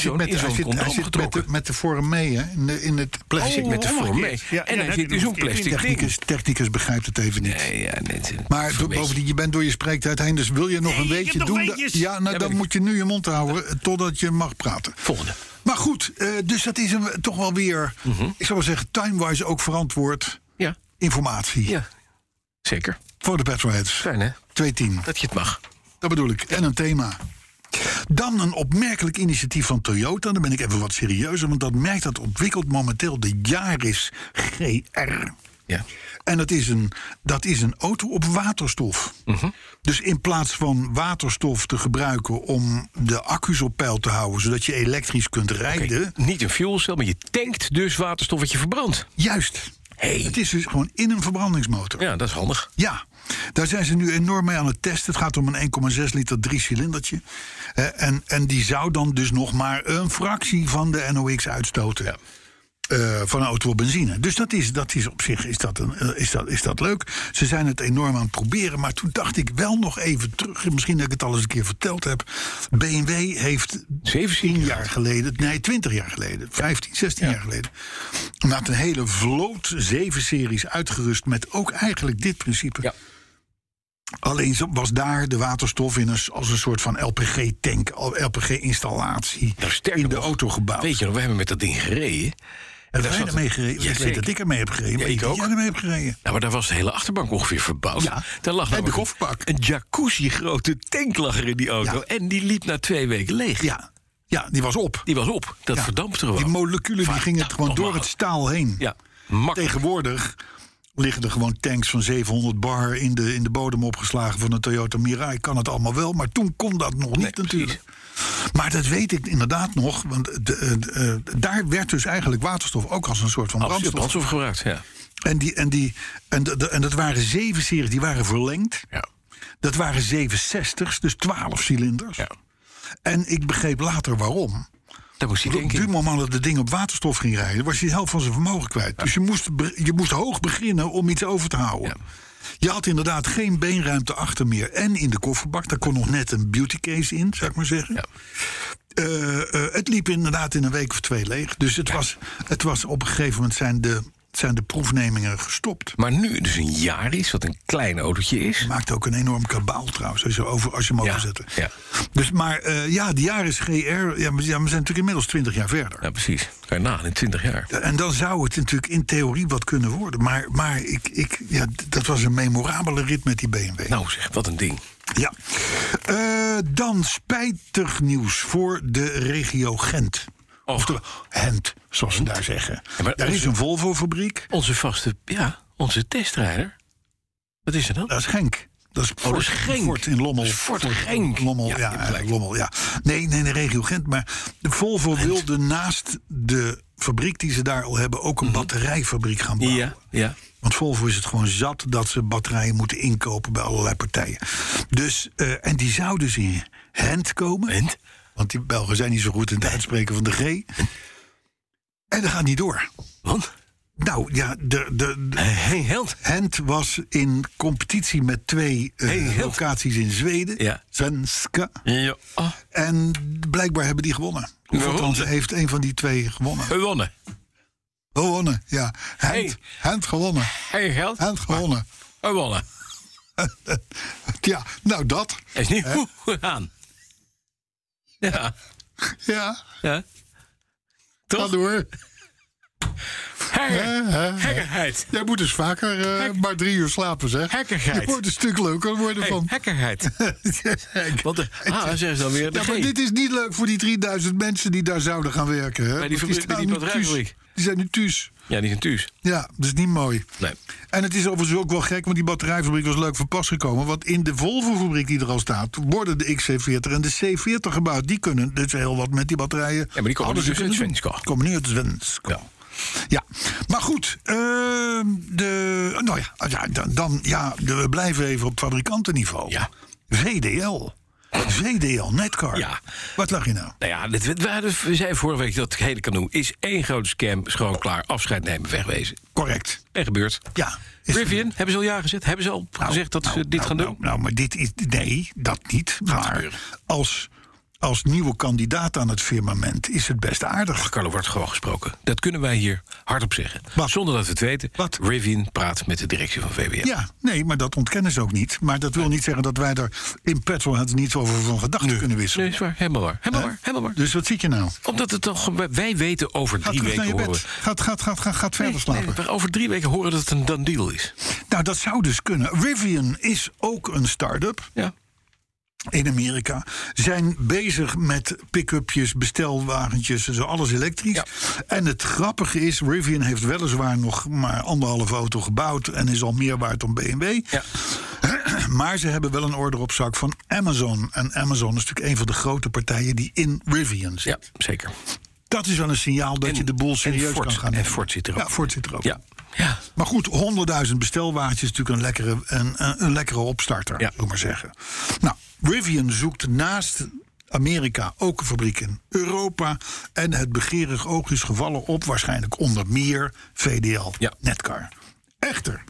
met de vorm mee, hè? In het plastic. Hij zit met de vorm mee. En hij zit in zo'n plastic ding. Technicus begrijpt het even niet. Nee, maar bovendien, je bent door je spreektijd heen, dus wil je nog een weetje doen? Ja, dan moet je nu je mond houden totdat je mag praten. Volgende. Maar goed, dus dat is toch wel weer... ik zou wel zeggen, time-wise ook verantwoord informatie. Ja, zeker. Voor de petrolheads. Fijn, hè? 210. Dat je het mag. Dat bedoel ik. En een thema. Dan een opmerkelijk initiatief van Toyota. Dan ben ik even wat serieuzer, want dat merk dat ontwikkelt momenteel de Yaris GR. Ja. En dat is een auto op waterstof. Dus in plaats van waterstof te gebruiken om de accu's op peil te houden, zodat je elektrisch kunt rijden. Niet een fuelcel, maar je tankt dus waterstof wat je verbrandt. Juist. Het is dus gewoon in een verbrandingsmotor. Ja, dat is handig. Ja, daar zijn ze nu enorm mee aan het testen. Het gaat om een 1,6 liter 3-cilindertje. En die zou dan dus nog maar een fractie van de NOx uitstoten. Ja. Van een auto op benzine. Dus dat is op zich is dat leuk. Ze zijn het enorm aan het proberen. Maar toen dacht ik wel nog even terug. Misschien dat ik het al eens een keer verteld heb. BMW heeft 20 jaar geleden. 15, 16 jaar geleden. Met een hele vloot 7 series uitgerust. Met ook eigenlijk dit principe. Ja. Alleen was daar de waterstof als een soort van LPG-tank, LPG-installatie in de auto gebouwd. Weet je nog, we hebben met dat ding gereden. En daar zijn ermee gereden. Ja, ik weet dat ik ermee heb gereden. Ja, ik ook. Jij ermee hebt gereden. Ja, maar daar was de hele achterbank ongeveer verbouwd. Ja, daar lag en de kofferbak. Een jacuzzi-grote tank lag er in die auto. Ja. En die liep na 2 weken leeg. Ja, die was op. Dat verdampte gewoon. Die moleculen die gingen gewoon door het staal heen. Ja, makkelijk. Tegenwoordig liggen er gewoon tanks van 700 bar in de bodem opgeslagen van een Toyota Mirai. Kan het allemaal wel, maar toen kon dat nog niet natuurlijk. Maar dat weet ik inderdaad nog, want daar werd dus eigenlijk waterstof ook als een soort van brandstof gebruikt. Ja. En dat waren 7 series, die waren verlengd. Ja. Dat waren 760's, dus 12 cilinders. Ja. En ik begreep later waarom. Op het moment dat het ding op waterstof ging rijden, was je de helft van zijn vermogen kwijt. Ja. Dus je moest hoog beginnen om iets over te houden. Ja. Je had inderdaad geen beenruimte achter meer. En in de kofferbak, daar kon nog net een beauty case in, zou ik maar zeggen. Ja. Het liep inderdaad in een week of 2 leeg. Dus het was op een gegeven moment zijn de proefnemingen gestopt. Maar nu dus een Yaris, wat een klein autootje is. Het maakt ook een enorm kabaal trouwens, als je hem overzet. Ja. Dus, maar de Yaris GR, we zijn natuurlijk inmiddels 20 jaar verder. Ja, precies. Kan je in 20 jaar. En dan zou het natuurlijk in theorie wat kunnen worden. Maar dat was een memorabele rit met die BMW. Nou zeg, wat een ding. Ja. Dan spijtig nieuws voor de regio Gent. Oftewel, Gent, zoals ze daar zeggen. Ja, daar is een Volvo-fabriek. Onze testrijder. Wat is er dan? Dat is Genk. Dat is Fort in Lommel. Fort Genk. Lommel, Lommel, ja. Nee, de regio Gent. Maar de Volvo wilde naast de fabriek die ze daar al hebben ook een batterijfabriek gaan bouwen. Ja. Want Volvo is het gewoon zat dat ze batterijen moeten inkopen bij allerlei partijen. Dus, en die zou dus in Gent komen. Want die Belgen zijn niet zo goed in het uitspreken van de G. En dat gaat niet door. Want? Nou ja, Gent was in competitie met 2 locaties in Zweden. Ja. Svenska. Ja. Oh. En blijkbaar hebben die gewonnen. Althans, heeft een van die 2 gewonnen. Gewonnen, ja. Gent gewonnen. Gent gewonnen. Gewonnen. Ja, nou dat. Is niet goed gegaan. Ja. Toch? Ga door. Hekkerheid. Jij moet dus vaker maar 3 uur slapen, zeg. Hekkerheid. Je wordt een stuk leuker worden van. Hekkerheid. Want zeggen ze dan weer. Maar dit is niet leuk voor die 3000 mensen die daar zouden gaan werken. Hè? Bij die batterijfabriek. Die zijn nu thuis. Ja, die zijn thuis. Ja, dat is niet mooi. Nee. En het is overigens ook wel gek, want die batterijfabriek was leuk van pas gekomen. Want in de Volvo-fabriek die er al staat, worden de XC40 en de C40 gebouwd. Die kunnen dus heel wat met die batterijen. Ja, maar die komen dus uit Svenska. Komen niet uit Svenska. Ja, maar goed. We blijven even op fabrikantenniveau. Ja. VDL. Netcar. Ja. Wat lag je nou? Nou ja, we zeiden vorige week dat het hele kanoe is 1 grote scam. Is gewoon klaar. Afscheid nemen, wegwezen. Correct. En gebeurt. Ja. Rivian, hebben ze al ja gezet? Hebben ze al gezegd dat ze dit gaan doen? Maar dit is... Nee, dat niet. Maar als als nieuwe kandidaat aan het firmament is het best aardig. Carlo, wordt gewoon gesproken. Dat kunnen wij hier hardop zeggen. Wat? Zonder dat we het weten. Wat? Rivian praat met de directie van VWM. Ja, nee, maar dat ontkennen ze ook niet. Maar dat wil niet zeggen dat wij er in Petrolhead niet over van gedachten kunnen wisselen. Nee, is waar. Helemaal waar. Helemaal waar. Dus wat zie je nou? Omdat het toch... Wij weten over 3 weken naar je horen... bed. Gaat verder slapen. Nee, over 3 weken horen dat het een done deal is. Nou, dat zou dus kunnen. Rivian is ook een start-up. Ja. In Amerika. Zijn bezig met pick-upjes, bestelwagentjes, zo alles elektrisch. Ja. En het grappige is, Rivian heeft weliswaar nog maar 1,5 auto gebouwd en is al meer waard dan BMW. Ja. Maar ze hebben wel een order op zak van Amazon. En Amazon is natuurlijk een van de grote partijen die in Rivian zit. Ja, zeker. Dat is wel een signaal dat je de boel serieus kan gaan nemen. En Ford zit er ook. Ja, Ford zit er ook. Ja. Ja. Maar goed, 100.000 bestelwagentjes is natuurlijk een lekkere opstarter, Ja. zullen maar zeggen. Nou, Rivian zoekt naast Amerika ook een fabriek in Europa. En het begeerig oog is gevallen op waarschijnlijk onder meer VDL, Ja. Netcar. Echter,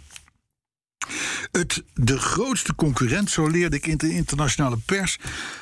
de grootste concurrent, zo leerde ik in de internationale pers,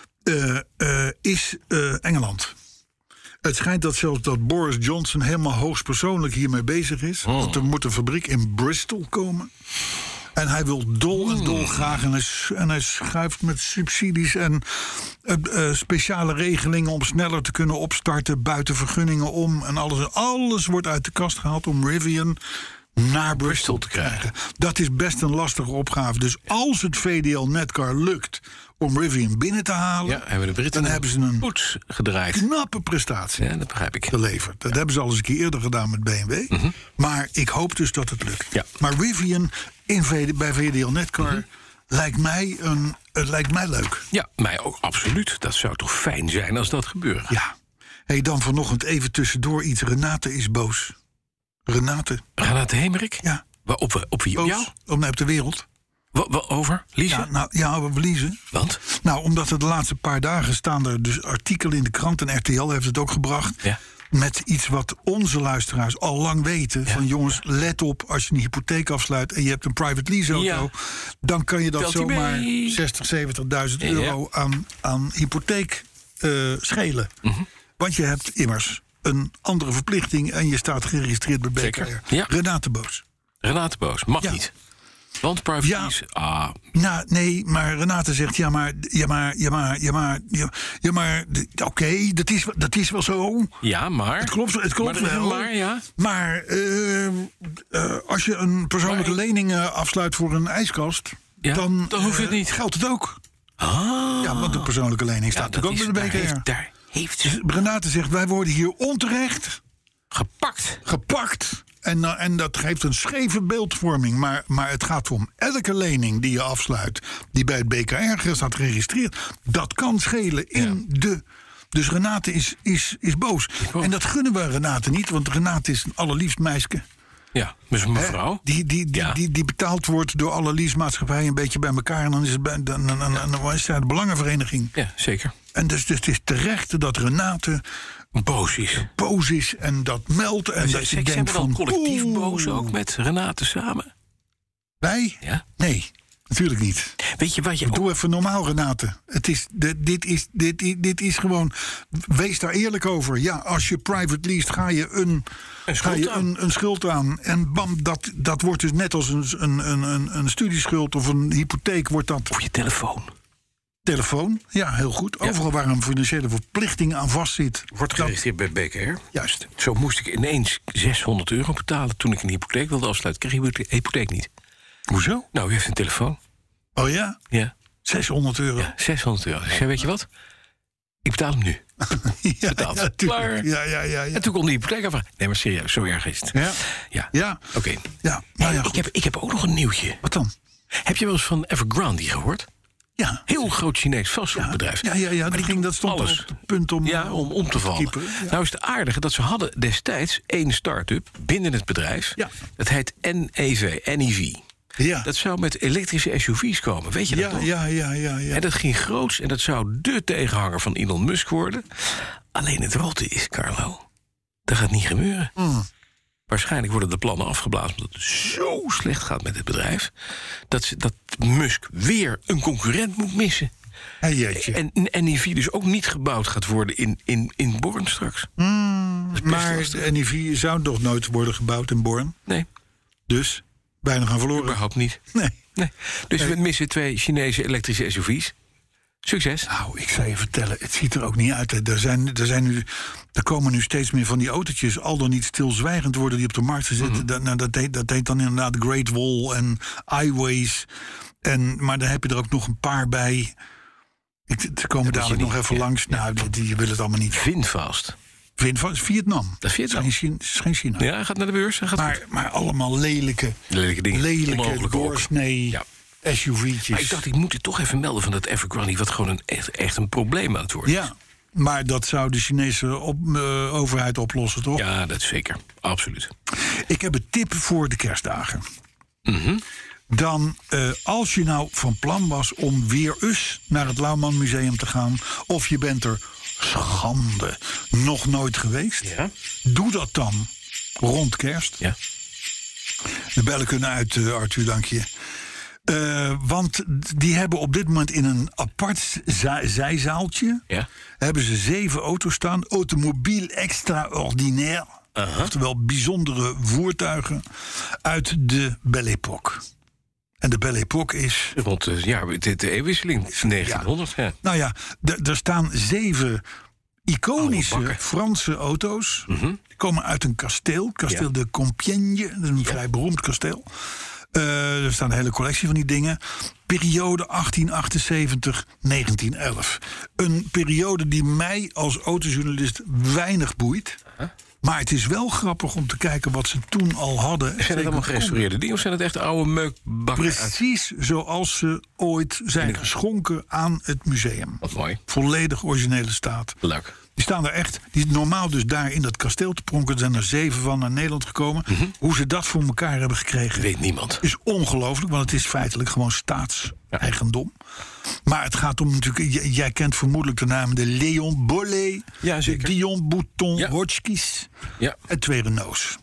is Engeland. Het schijnt dat zelfs dat Boris Johnson helemaal hoogstpersoonlijk hiermee bezig is. Want er moet een fabriek in Bristol komen. En hij wil dol graag. En hij schuift met subsidies en speciale regelingen om sneller te kunnen opstarten. Buiten vergunningen om. En alles wordt uit de kast gehaald om Rivian naar Bristol te krijgen. Dat is best een lastige opgave. Dus als het VDL Netcar lukt om Rivian binnen te halen, Ja, hebben de Britten dan hebben ze een poets gedraaid. knappe prestatie Ja, dat begrijp ik. geleverd. Dat hebben ze al eens een keer eerder gedaan met BMW. Maar ik hoop dus dat het lukt. Ja. Maar Rivian bij VDL Netcar lijkt mij leuk. Ja, mij ook absoluut. Dat zou toch fijn zijn als dat gebeurt. Ja. Hey, dan vanochtend even tussendoor iets. Renate is boos. Renate? Hemerik? Ja. Op wie? Op Boos? jou? Op de wereld. Over? Liesje? Ja, over Liese. Want? Nou, omdat er de laatste paar dagen staan er dus artikelen in de krant. En RTL heeft het ook gebracht. Ja. Met iets wat onze luisteraars al lang weten. Van jongens, let op, als je een hypotheek afsluit en je hebt een private lease auto. Ja. Dan kan je dat Telt die zomaar mee? 60.000, 70.000 euro aan hypotheek schelen. Want je hebt immers een andere verplichting en je staat geregistreerd bij BKR. Zeker. Ja. Renate Boos. Renate Boos. Mag Ja. niet. Want private Ja. lease... Nou, nee, maar Renate zegt, oké, dat is wel zo. Ja, maar... Het klopt maar er is wel. een maar, ja. Maar als je een persoonlijke lening afsluit voor een ijskast, Ja, dan hoeft het niet. Geldt het ook. Ah. Ja, want de persoonlijke lening staat dat natuurlijk ook bij de BKR. Daar heeft ze Renate zegt, wij worden hier onterecht gepakt. En dat geeft een scheve beeldvorming. Maar het gaat om elke lening die je afsluit, die bij het BKR staat geregistreerd. Dat kan schelen in de... Dus Renate is boos. En dat gunnen we Renate niet, want Renate is een allerliefst meisje. Ja, dus een mevrouw. Die betaald wordt door alle leasemaatschappijen een beetje bij elkaar. En dan is het dan is daar de belangenvereniging. Ja, zeker. En dus het is terecht dat Renate Boos is en dat meldt. En dat je zijn denkt we dan van, collectief boos ook met Renate samen? Wij? Ja. Nee, natuurlijk niet. Weet je wat je... Doe even normaal, Renate. Dit is gewoon... Wees daar eerlijk over. Ja, als je private leest, ga je een schuld aan. En bam, dat wordt dus net als een studieschuld of een hypotheek. Wordt dat... Of je Telefoon, ja, heel goed. Overal waar een financiële verplichting aan vastzit. Wordt geregistreerd bij BKR. Juist. Zo moest ik ineens €600 betalen toen ik een hypotheek wilde afsluiten. Kreeg ik de hypotheek niet. Hoezo? Nou, u heeft een telefoon. Oh ja? Ja. €600. Ja, €600. Ik zei, weet je wat? Ik betaal hem nu. Betaald. Ja, Klaar. Ja. En toen kon de hypotheek af. Nee, maar serieus, zo erg is het. Ja. Oké. Ja, nou ja, ik heb ook nog een nieuwtje. Wat dan? Heb je wel eens van Evergrande gehoord? Ja. Heel groot Chinees vastgoedbedrijf. Ja, dat stond alles op het punt om te vallen. keeper, ja. Nou is het aardige dat ze hadden destijds één start-up binnen het bedrijf. Ja. Dat heet NEV. Ja. Dat zou met elektrische SUV's komen, weet je dat nog? Ja. En dat ging groots en dat zou de tegenhanger van Elon Musk worden. Alleen het rotte is, Carlo, dat gaat niet gebeuren. Waarschijnlijk worden de plannen afgeblazen omdat het zo slecht gaat met het bedrijf, dat Musk weer een concurrent moet missen. Hey, jeetje. En NIV dus ook niet gebouwd gaat worden in Born straks. Maar de NIV zou toch nooit worden gebouwd in Born? Nee. Dus bijna gaan verloren. Überhaupt niet. Nee. Dus we missen 2 Chinese elektrische SUV's. Succes. Nou, ik zou je vertellen, het ziet er ook niet uit. Hè. Er komen nu steeds meer van die autootjes, al dan niet stilzwijgend worden die op de markt gezet. Dat heet dan inderdaad Great Wall en iWays. Maar daar heb je er ook nog een paar bij. Ze komen dadelijk nog even langs. Nou, die willen het allemaal niet. VinFast. VinFast is Vietnam. Dat is Vietnam. Het is geen China. Ja, hij gaat naar de beurs. Maar allemaal lelijke dingen. Lelijke doorsnee. Ja. SUV'tjes. Maar ik dacht, ik moet het toch even melden van dat Evergrande, wat gewoon echt een probleem aan het worden. Ja, maar dat zou de Chinese overheid oplossen, toch? Ja, dat is zeker. Absoluut. Ik heb een tip voor de kerstdagen. Dan, als je nou van plan was om weer eens naar het Lauwman Museum te gaan, of je bent er schande nog nooit geweest, doe dat dan rond kerst. Ja. De bellen kunnen uit, Arthur, dank je. Want die hebben op dit moment in een apart zijzaaltje hebben ze 7 auto's staan. Automobiel extraordinaire. Oftewel bijzondere voertuigen uit de Belle Époque. En de Belle Époque is... Rond de eeuwwisseling, 1900. Ja. Nou ja, er staan 7 iconische Franse auto's. Die komen uit een kasteel. Kasteel de Compiègne. Dat is een vrij beroemd kasteel. Er staat een hele collectie van die dingen. Periode 1878-1911. Een periode die mij als autojournalist weinig boeit. Maar het is wel grappig om te kijken wat ze toen al hadden. Zijn het allemaal gerestaureerde dingen of zijn het echt oude meukbakken? Precies zoals ze ooit zijn geschonken aan het museum. Wat mooi. Volledig originele staat. Leuk. Die staan er echt, die normaal dus daar in dat kasteel te pronken. Er zijn er 7 van naar Nederland gekomen. Hoe ze dat voor elkaar hebben gekregen, weet niemand. Is ongelooflijk, want het is feitelijk gewoon staatseigendom. Maar het gaat om natuurlijk, jij kent vermoedelijk de namen de Léon Bollé, de Guillaume Bouton Hotchkiss en 2 Renaults.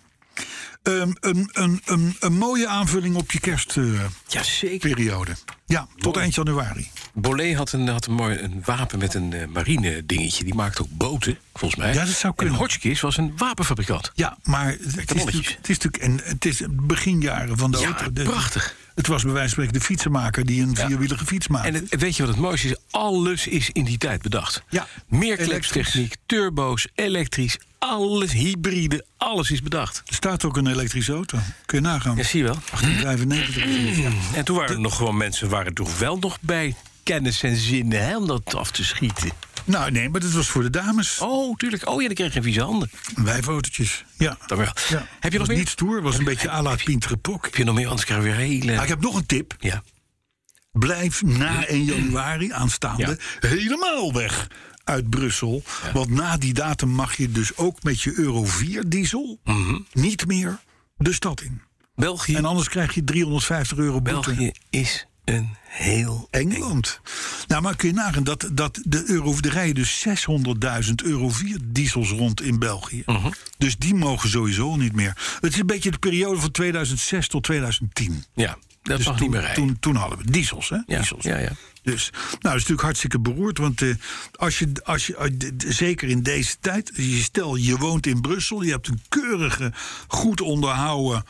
Een mooie aanvulling op je kerstperiode. Ja, tot eind januari. Bollé had een wapen met een marine dingetje. Die maakte ook boten, volgens mij. Ja, dat zou kunnen. En Hotchkiss was een wapenfabrikant. Ja, maar het is beginjaren van de auto. Prachtig. Het was bij wijze van spreken de fietsenmaker die een vierwielige fiets maakte. En weet je wat het mooiste is? Alles is in die tijd bedacht. Ja. Meerklepstechniek, turbo's, elektrisch, alles, hybride, alles is bedacht. Er staat ook een elektrische auto. Kun je nagaan. Ja, zie je wel. 1895. En toen waren er nog gewoon mensen, waren toch wel nog bij kennis en zin om dat af te schieten. Nou, nee, maar dat was voor de dames. Oh, tuurlijk. Oh ja, dan kreeg je geen vieze handen. Wijfautootjes, ja. Dan wel. Ja. Heb je nog was meer? Niet stoer, was een beetje à la Pintere Pok. Heb je nog meer? Anders krijgen we weer hele... Ik heb nog een tip. Ja. Blijf na 1 januari aanstaande helemaal weg uit Brussel. Ja. Want na die datum mag je dus ook met je Euro 4 diesel niet meer de stad in. België. En anders krijg je €350 boete. België is een heel Engeland. Nou, maar kun je nagaan dat er rijden dus 600.000 Euro 4 diesels rond in België. Dus die mogen sowieso niet meer. Het is een beetje de periode van 2006 tot 2010. Ja, dat dus mag niet meer rijden. Toen hadden we diesels, hè? Ja, diesels. ja. Dus, nou, dat is natuurlijk hartstikke beroerd. Want als je zeker in deze tijd, stel je woont in Brussel, je hebt een keurige, goed onderhouden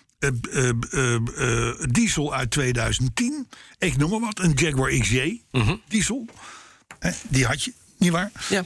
diesel uit 2010. Ik noem maar wat, een Jaguar XJ diesel. Die had je, nietwaar? Ja.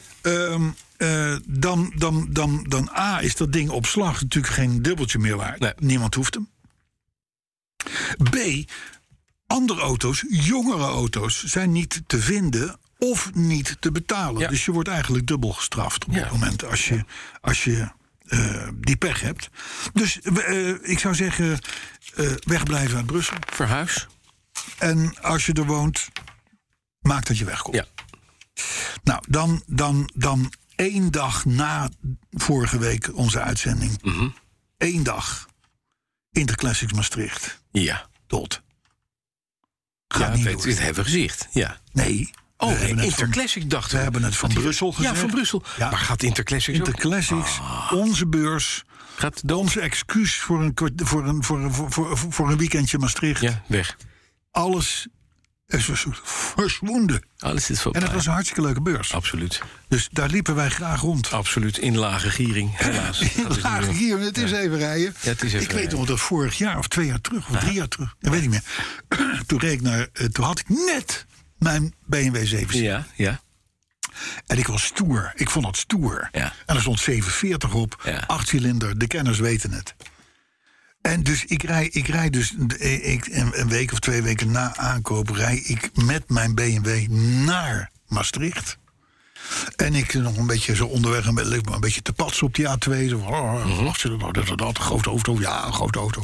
Dan A, is dat ding op slag natuurlijk geen dubbeltje meer waard. Nee. Niemand hoeft hem. B, andere auto's, jongere auto's, zijn niet te vinden of niet te betalen. Ja. Dus je wordt eigenlijk dubbel gestraft op dit moment als je die pech hebt. Dus ik zou zeggen, wegblijven uit Brussel. Verhuis. En als je er woont, maak dat je wegkomt. Ja. Nou, dan 1 dag na vorige week onze uitzending. 1 dag. Interclassics Maastricht. Ja. Dood. Gaat niet door. Dit hebben we gezegd. Ja. Nee. Oh, Interclassic dachten we. We hebben het van Brussel gezegd. Ja, van Brussel. Ja. Maar gaat Interclassics ook? Interclassics, onze beurs. Gaat onze excuus voor een weekendje Maastricht. Ja, weg. Alles En ze was verswonden. Alles is En het was een hartstikke leuke beurs. Absoluut. Dus daar liepen wij graag rond. Absoluut. In lage giering, helaas. Lage giering, het is even rijden. Ja, het is even ik weet nog dat vorig jaar of 2 jaar terug, of 3 jaar terug. Ik weet niet meer. Toen had ik net mijn BMW 7 Ja. En ik was stoer. Ik vond het stoer. Ja. En er stond 740 op. Ja. 8-cilinder. De kenners weten het. En dus ik rij dus een week of 2 weken na aankoop rij ik met mijn BMW naar Maastricht. En ik nog een beetje zo onderweg een beetje te patsen op die A2. Zo van, dat, grote auto. Ja, grote auto.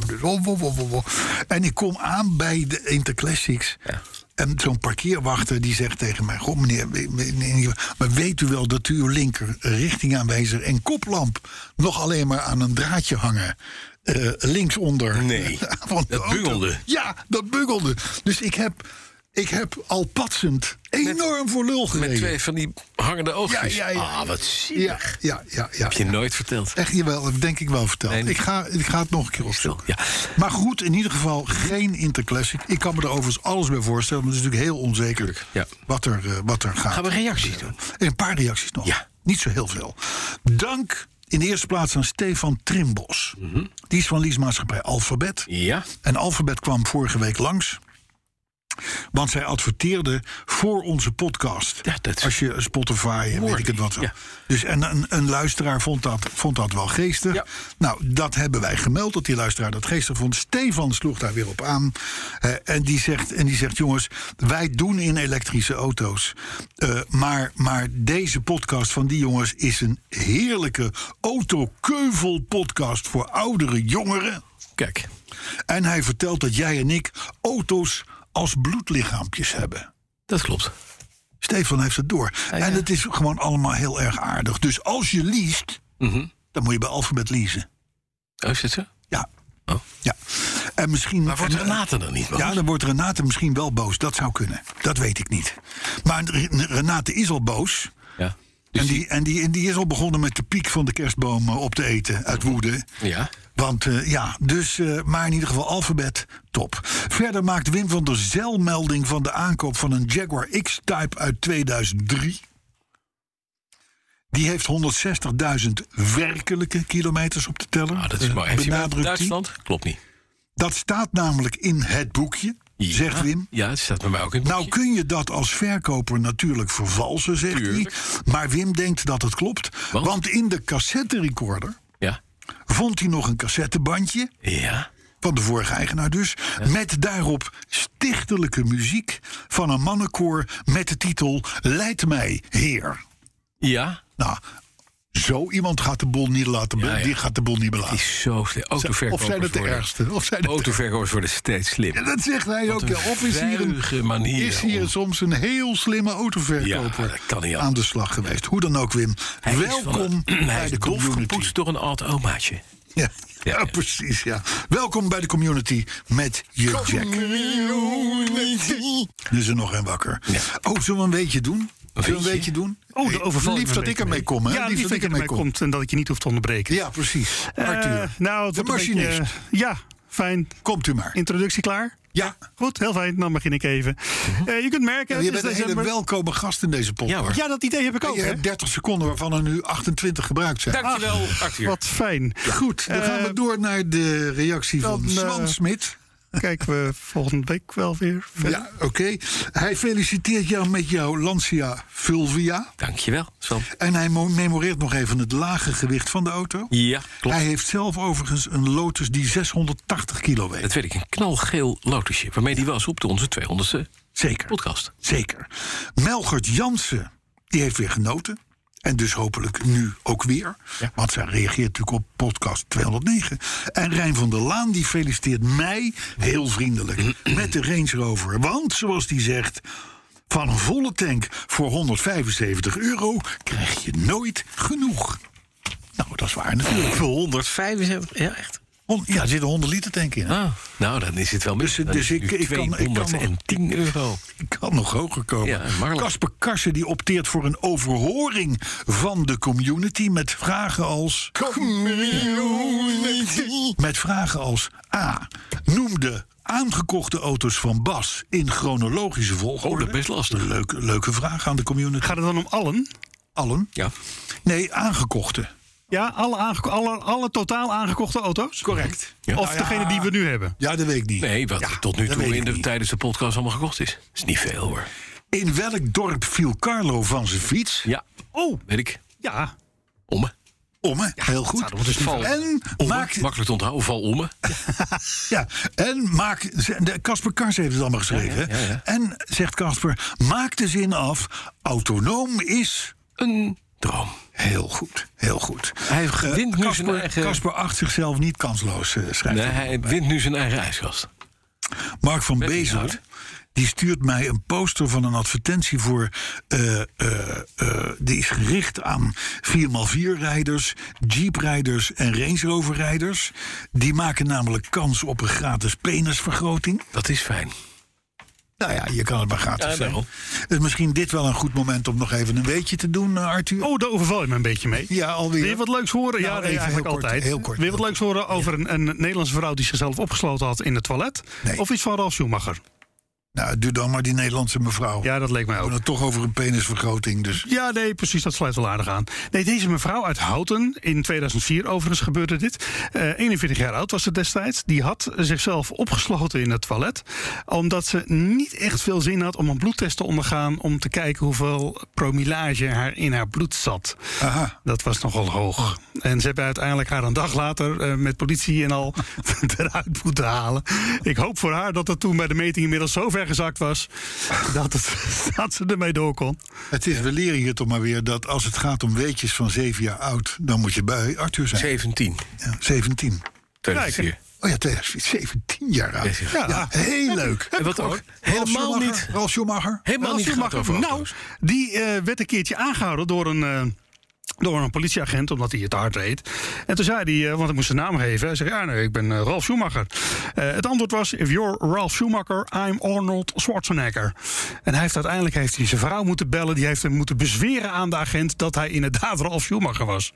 En ik kom aan bij de Interclassics. Ja. En zo'n parkeerwachter die zegt tegen mij... Goh, meneer, maar weet u wel dat u uw linker richtingaanwijzer en koplamp... nog alleen maar aan een draadje hangen... linksonder. Nee, dat bungelde. Ja, dat bungelde. Dus ik heb al patsend enorm voor lul gereden. Met 2 van die hangende oogjes. Ja. Wat zielig. Ja. Heb je nooit verteld? Echt, jawel, dat denk ik wel verteld. Nee, ik ga het nog een keer opzoeken. Ja. Maar goed, in ieder geval geen Interclassic. Ik kan me er overigens alles bij voorstellen. Maar het is natuurlijk heel onzeker wat er gaat. Gaan we reacties doen? Een paar reacties nog. Ja. Niet zo heel veel. Dank in de eerste plaats aan Stefan Trimbos. Die is van leasemaatschappij Alphabet. Ja. En Alphabet kwam vorige week langs. Want zij adverteerde voor onze podcast. Ja, dat is als je Spotify, weet ik het wat. Ja. Dus en een luisteraar vond dat wel geestig. Ja. Nou, dat hebben wij gemeld, dat die luisteraar dat geestig vond. Stefan sloeg daar weer op aan. En die zegt, jongens, wij doen in elektrische auto's. Maar deze podcast van die jongens is een heerlijke autokeuvel podcast voor oudere jongeren. Kijk. En hij vertelt dat jij en ik auto's als bloedlichaampjes hebben. Dat klopt. Stefan heeft het door. Ja. En het is gewoon allemaal heel erg aardig. Dus als je leest, dan moet je bij Alphabet leasen. Oh, is het zo? Ja. Oh. Ja. En misschien, maar wordt Renate dan niet boos? Ja, dan wordt Renate misschien wel boos. Dat zou kunnen. Dat weet ik niet. Maar Renate is al boos. Ja. Dus en die is al begonnen met de piek van de kerstboom op te eten. Uit woede. Ja. Want maar in ieder geval Alphabet, top. Verder maakt Wim van der Zel melding van de aankoop van een Jaguar X-Type uit 2003. Die heeft 160.000 werkelijke kilometers op te tellen. Ah, dat is mooi. Heeft hij bij Duitsland? Klopt niet. Dat staat namelijk in het boekje, zegt Wim. Ja, het staat bij mij ook in het boekje. Nou kun je dat als verkoper natuurlijk vervalsen, zegt hij. Maar Wim denkt dat het klopt. Want in de cassetterecorder vond hij nog een cassettebandje. Ja. Van de vorige eigenaar dus. Ja. Met daarop stichtelijke muziek van een mannenkoor met de titel Leid mij, Heer. Ja. Nou, zo iemand gaat de boel niet laten. Die gaat de boel niet belaten. Die is zo slim. Of zijn het de ergste? Autoverkopers worden steeds slimmer. Ja, dat zegt hij ook. Of is hier soms een heel slimme autoverkoper aan de slag geweest. Hoe dan ook, Wim. Welkom bij de community. Gepoetst door een oud omaatje. Ja, precies, ja. Welkom bij de community met je Jack. Nu is er nog een wakker. Ja. Oh, zullen we een weetje doen? Zullen we een weetje doen? Oh, de overval. Lief dat ik ermee kom, hè? Ja, lief dat ik ermee kom en dat ik je niet hoef te onderbreken. Ja, precies. Arthur, nou, de machinist. Ja, fijn. Komt u maar. Introductie klaar? Ja. Goed, heel fijn. Dan begin ik even. Je kunt merken... je bent een hele welkome gast in deze podcast. Ja, dat idee heb ik ook. Je hebt 30 seconden waarvan er nu 28 gebruikt zijn. Dankjewel, Arthur. Wat fijn. Ja. Goed, dan gaan we door naar de reactie van Swan Smit. Kijken we volgende week wel weer verder. Ja, oké. Hij feliciteert jou met jouw Lancia Fulvia. Dankjewel, Swan. En hij memoreert nog even het lage gewicht van de auto. Ja, klopt. Hij heeft zelf overigens een Lotus die 680 kilo weegt. Dat weet ik, een knalgeel Lotusje. Waarmee die was op onze 200ste podcast. Zeker. Melgert Jansen, die heeft weer genoten. En dus hopelijk nu ook weer. Ja. Want zij reageert natuurlijk op podcast 209. En Rijn van der Laan die feliciteert mij heel vriendelijk met de Range Rover. Want, zoals die zegt, van een volle tank voor €175 krijg je nooit genoeg. Nou, dat is waar natuurlijk. Voor 175, ja echt? Ja, er zit een 100 liter tank in. Ah, nou, dan is het wel mis. Dus ik kan €210. Ik kan nog hoger komen. Ja, Casper Karsen die opteert voor een overhoring van de community met vragen als... A. Noem de aangekochte auto's van Bas in chronologische volgorde? dat is best lastig. Leuke vraag aan de community. Gaat het dan om allen? Allen? Ja. Nee, aangekochte. Ja, alle totaal aangekochte auto's? Correct. Ja. Of degene die we nu hebben? Ja, dat weet ik niet. Nee, wat tot nu dat weet toe ik niet. tijdens de podcast allemaal gekocht is. Is niet veel, hoor. In welk dorp viel Carlo van zijn fiets? Ja. Oh, Weet ik. ja. Omme. Omme, heel goed. dat wordt dus niet En Omme. maak... Makkelijk te onthouden. Val Omme. Ja, en maak... Casper Kars heeft het allemaal geschreven. Ja, ja. En, zegt Casper, maak de zin af. Autonoom is... Een droom. Heel goed, heel goed. Hij wint nu zijn eigen... Casper acht zichzelf niet kansloos, schrijft Nee, hij. hij wint nu zijn eigen ijskast. Mark van Met Bezel, inhoud. die stuurt mij een poster van een advertentie voor... die is gericht aan 4x4-rijders, Jeep-rijders en Range Rover-rijders. Die maken namelijk kans op een gratis penisvergroting. Dat is fijn. Nou ja, je kan het maar gratis Ja, zijn. daarom. Dus misschien dit wel een goed moment om nog even een weetje te doen, Arthur. Oh, daar overval je me een beetje mee. Ja, alweer. Wil je wat leuks horen? Nou, Ja, nee, even eigenlijk heel kort, altijd. heel kort, Wil je wat heel leuks horen over een Nederlandse vrouw die zichzelf opgesloten had in het toilet? Nee. Of iets van Ralf Schumacher? Nou, doe dan maar die Nederlandse mevrouw. Ja, dat leek mij We ook. hebben het toch over een penisvergroting, dus... Ja, nee, precies, dat sluit wel aardig aan. Nee, deze mevrouw uit Houten, in 2004 overigens gebeurde dit. 41 jaar oud was ze destijds. Die had zichzelf opgesloten in het toilet. Omdat ze niet echt veel zin had om een bloedtest te ondergaan... om te kijken hoeveel promillage in haar bloed zat. Aha. Dat was nogal hoog. En ze hebben uiteindelijk haar een dag later met politie en al eruit moeten halen. Ik hoop voor haar dat het toen bij de meting inmiddels zo ver gezakt was... dat ze ermee door kon. Het is, we leren hier toch maar weer dat als het gaat om weetjes van 7 jaar oud... dan moet je bij Arthur zijn. 17. Ja, 17. 2004. Oh ja, 17 jaar oud. Ja. Ja, heel leuk. En wat ook helemaal niet... Ralf Schumacher. Helemaal niet gaat over Nou, auto's. die werd een keertje aangehouden door een politieagent, omdat hij het hard reed. En toen zei hij, want ik moest zijn naam geven... hij zei, ja, nee, ik ben Ralf Schumacher. Het antwoord was, if you're Ralf Schumacher, I'm Arnold Schwarzenegger. En hij heeft uiteindelijk zijn vrouw moeten bellen... die heeft hem moeten bezweren aan de agent... dat hij inderdaad Ralf Schumacher was.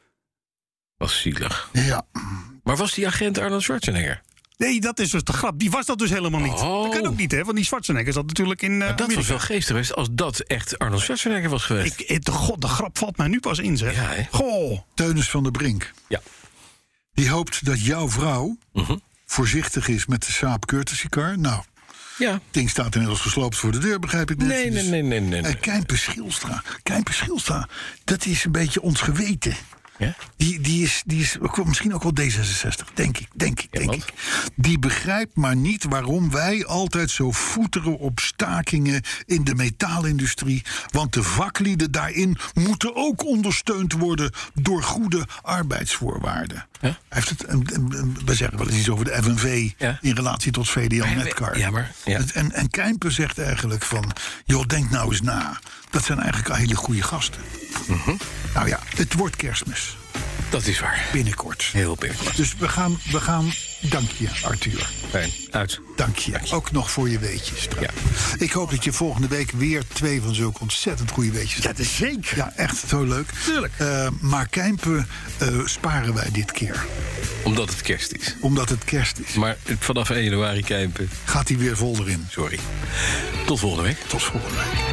Was zielig. Ja. Maar was die agent Arnold Schwarzenegger? Nee, dat is dus de grap. Die was dat dus helemaal niet. Oh. Dat kan ook niet, hè? Want die Schwarzenegger zat natuurlijk in Maar dat was Amerika. wel geestig geweest als dat echt Arnold Schwarzenegger was geweest. De grap valt mij nu pas in, zeg. Ja, hè? Goh. Teunis van der Brink. Ja. Die hoopt dat jouw vrouw voorzichtig is met de Saab Courtesy Car. Nou, Ja. het ding staat inmiddels gesloopt voor de deur, begrijp ik net. Nee. Kijmpe Schilstra, dat is een beetje ons geweten. Ja? Die is ook misschien ook wel D66, denk ik. want? Die begrijpt maar niet waarom wij altijd zo voeteren op stakingen in de metaalindustrie. Want de vaklieden daarin moeten ook ondersteund worden door goede arbeidsvoorwaarden. Ja? Hij heeft het, we zeggen wel eens iets over de FNV in relatie tot VDL Netcar. Ja, maar... Ja. En Kijmpe zegt eigenlijk van, joh, denk nou eens na. Dat zijn eigenlijk al hele goede gasten. Nou ja, het wordt Kerstmis. Dat is waar. Binnenkort. Heel binnenkort. Dus we gaan dank je, Arthur. Fijn. Uit. Dank je. Ook nog voor je weetjes. Ja. Ik hoop dat je volgende week weer 2 van zulke ontzettend goede weetjes hebt. Dat is zeker. Ja, echt zo leuk. Tuurlijk. Maar Kijmpe sparen wij dit keer. Omdat het kerst is. Omdat het kerst is. Maar vanaf 1 januari Kijmpen. Gaat hij weer vol erin. Sorry. Tot volgende week. Tot volgende week.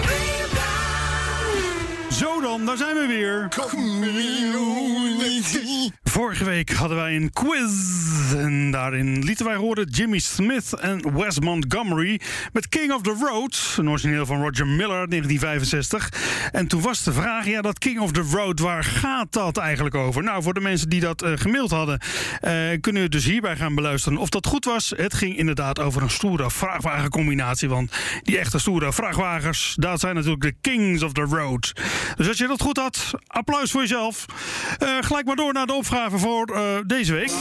Zo dan, daar zijn we weer. Vorige week hadden wij een quiz. En daarin lieten wij horen Jimmy Smith en Wes Montgomery met King of the Road. Een origineel van Roger Miller, 1965. En toen was de vraag, ja, dat King of the Road, waar gaat dat eigenlijk over? Nou, voor de mensen die dat gemaild hadden, kunnen we dus hierbij gaan beluisteren of dat goed was. Het ging inderdaad over een stoere vrachtwagencombinatie. Want die echte stoere vrachtwagens, dat zijn natuurlijk de Kings of the Road. Dus als je dat goed had, applaus voor jezelf. Gelijk maar door naar de opgave voor deze week.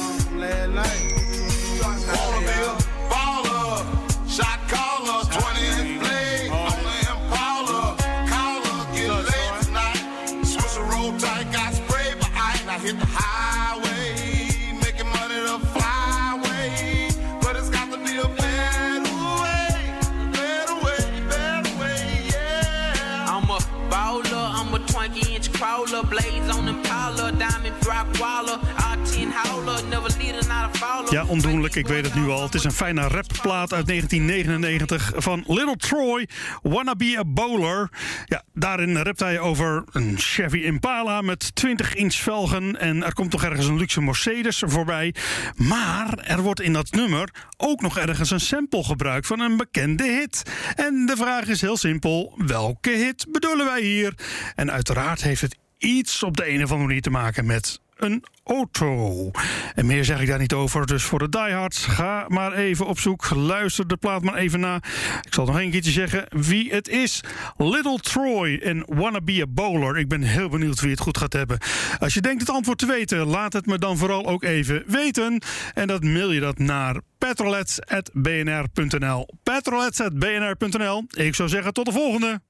Crawler, blades on them collar, diamond drop waller, R10 howler, never leader, not a follower. Ja, ondoenlijk, ik weet het nu al. Het is een fijne rapplaat uit 1999 van Little Troy, Wanna Be a Bowler. Ja, daarin rapt hij over een Chevy Impala met 20-inch velgen. En er komt toch ergens een luxe Mercedes voorbij. Maar er wordt in dat nummer ook nog ergens een sample gebruikt van een bekende hit. En de vraag is heel simpel, welke hit bedoelen wij hier? En uiteraard heeft het iets op de een of andere manier te maken met een auto. En meer zeg ik daar niet over, dus voor de diehards, ga maar even op zoek. Luister de plaat maar even na. Ik zal nog een keertje zeggen wie het is. Little Troy en Wanna Be a Bowler. Ik ben heel benieuwd wie het goed gaat hebben. Als je denkt het antwoord te weten, laat het me dan vooral ook even weten. En dat mail je dat naar petrolets@bnr.nl. petrolets@bnr.nl. Ik zou zeggen tot de volgende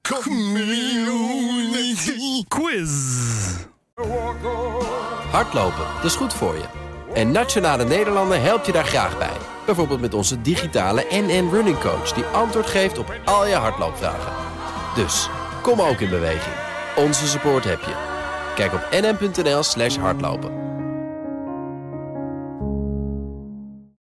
quiz. Hardlopen, dat is goed voor je. En Nationale Nederlanden helpt je daar graag bij. Bijvoorbeeld met onze digitale NN Running Coach... die antwoord geeft op al je hardloopvragen. Dus, kom ook in beweging. Onze support heb je. Kijk op nn.nl/hardlopen.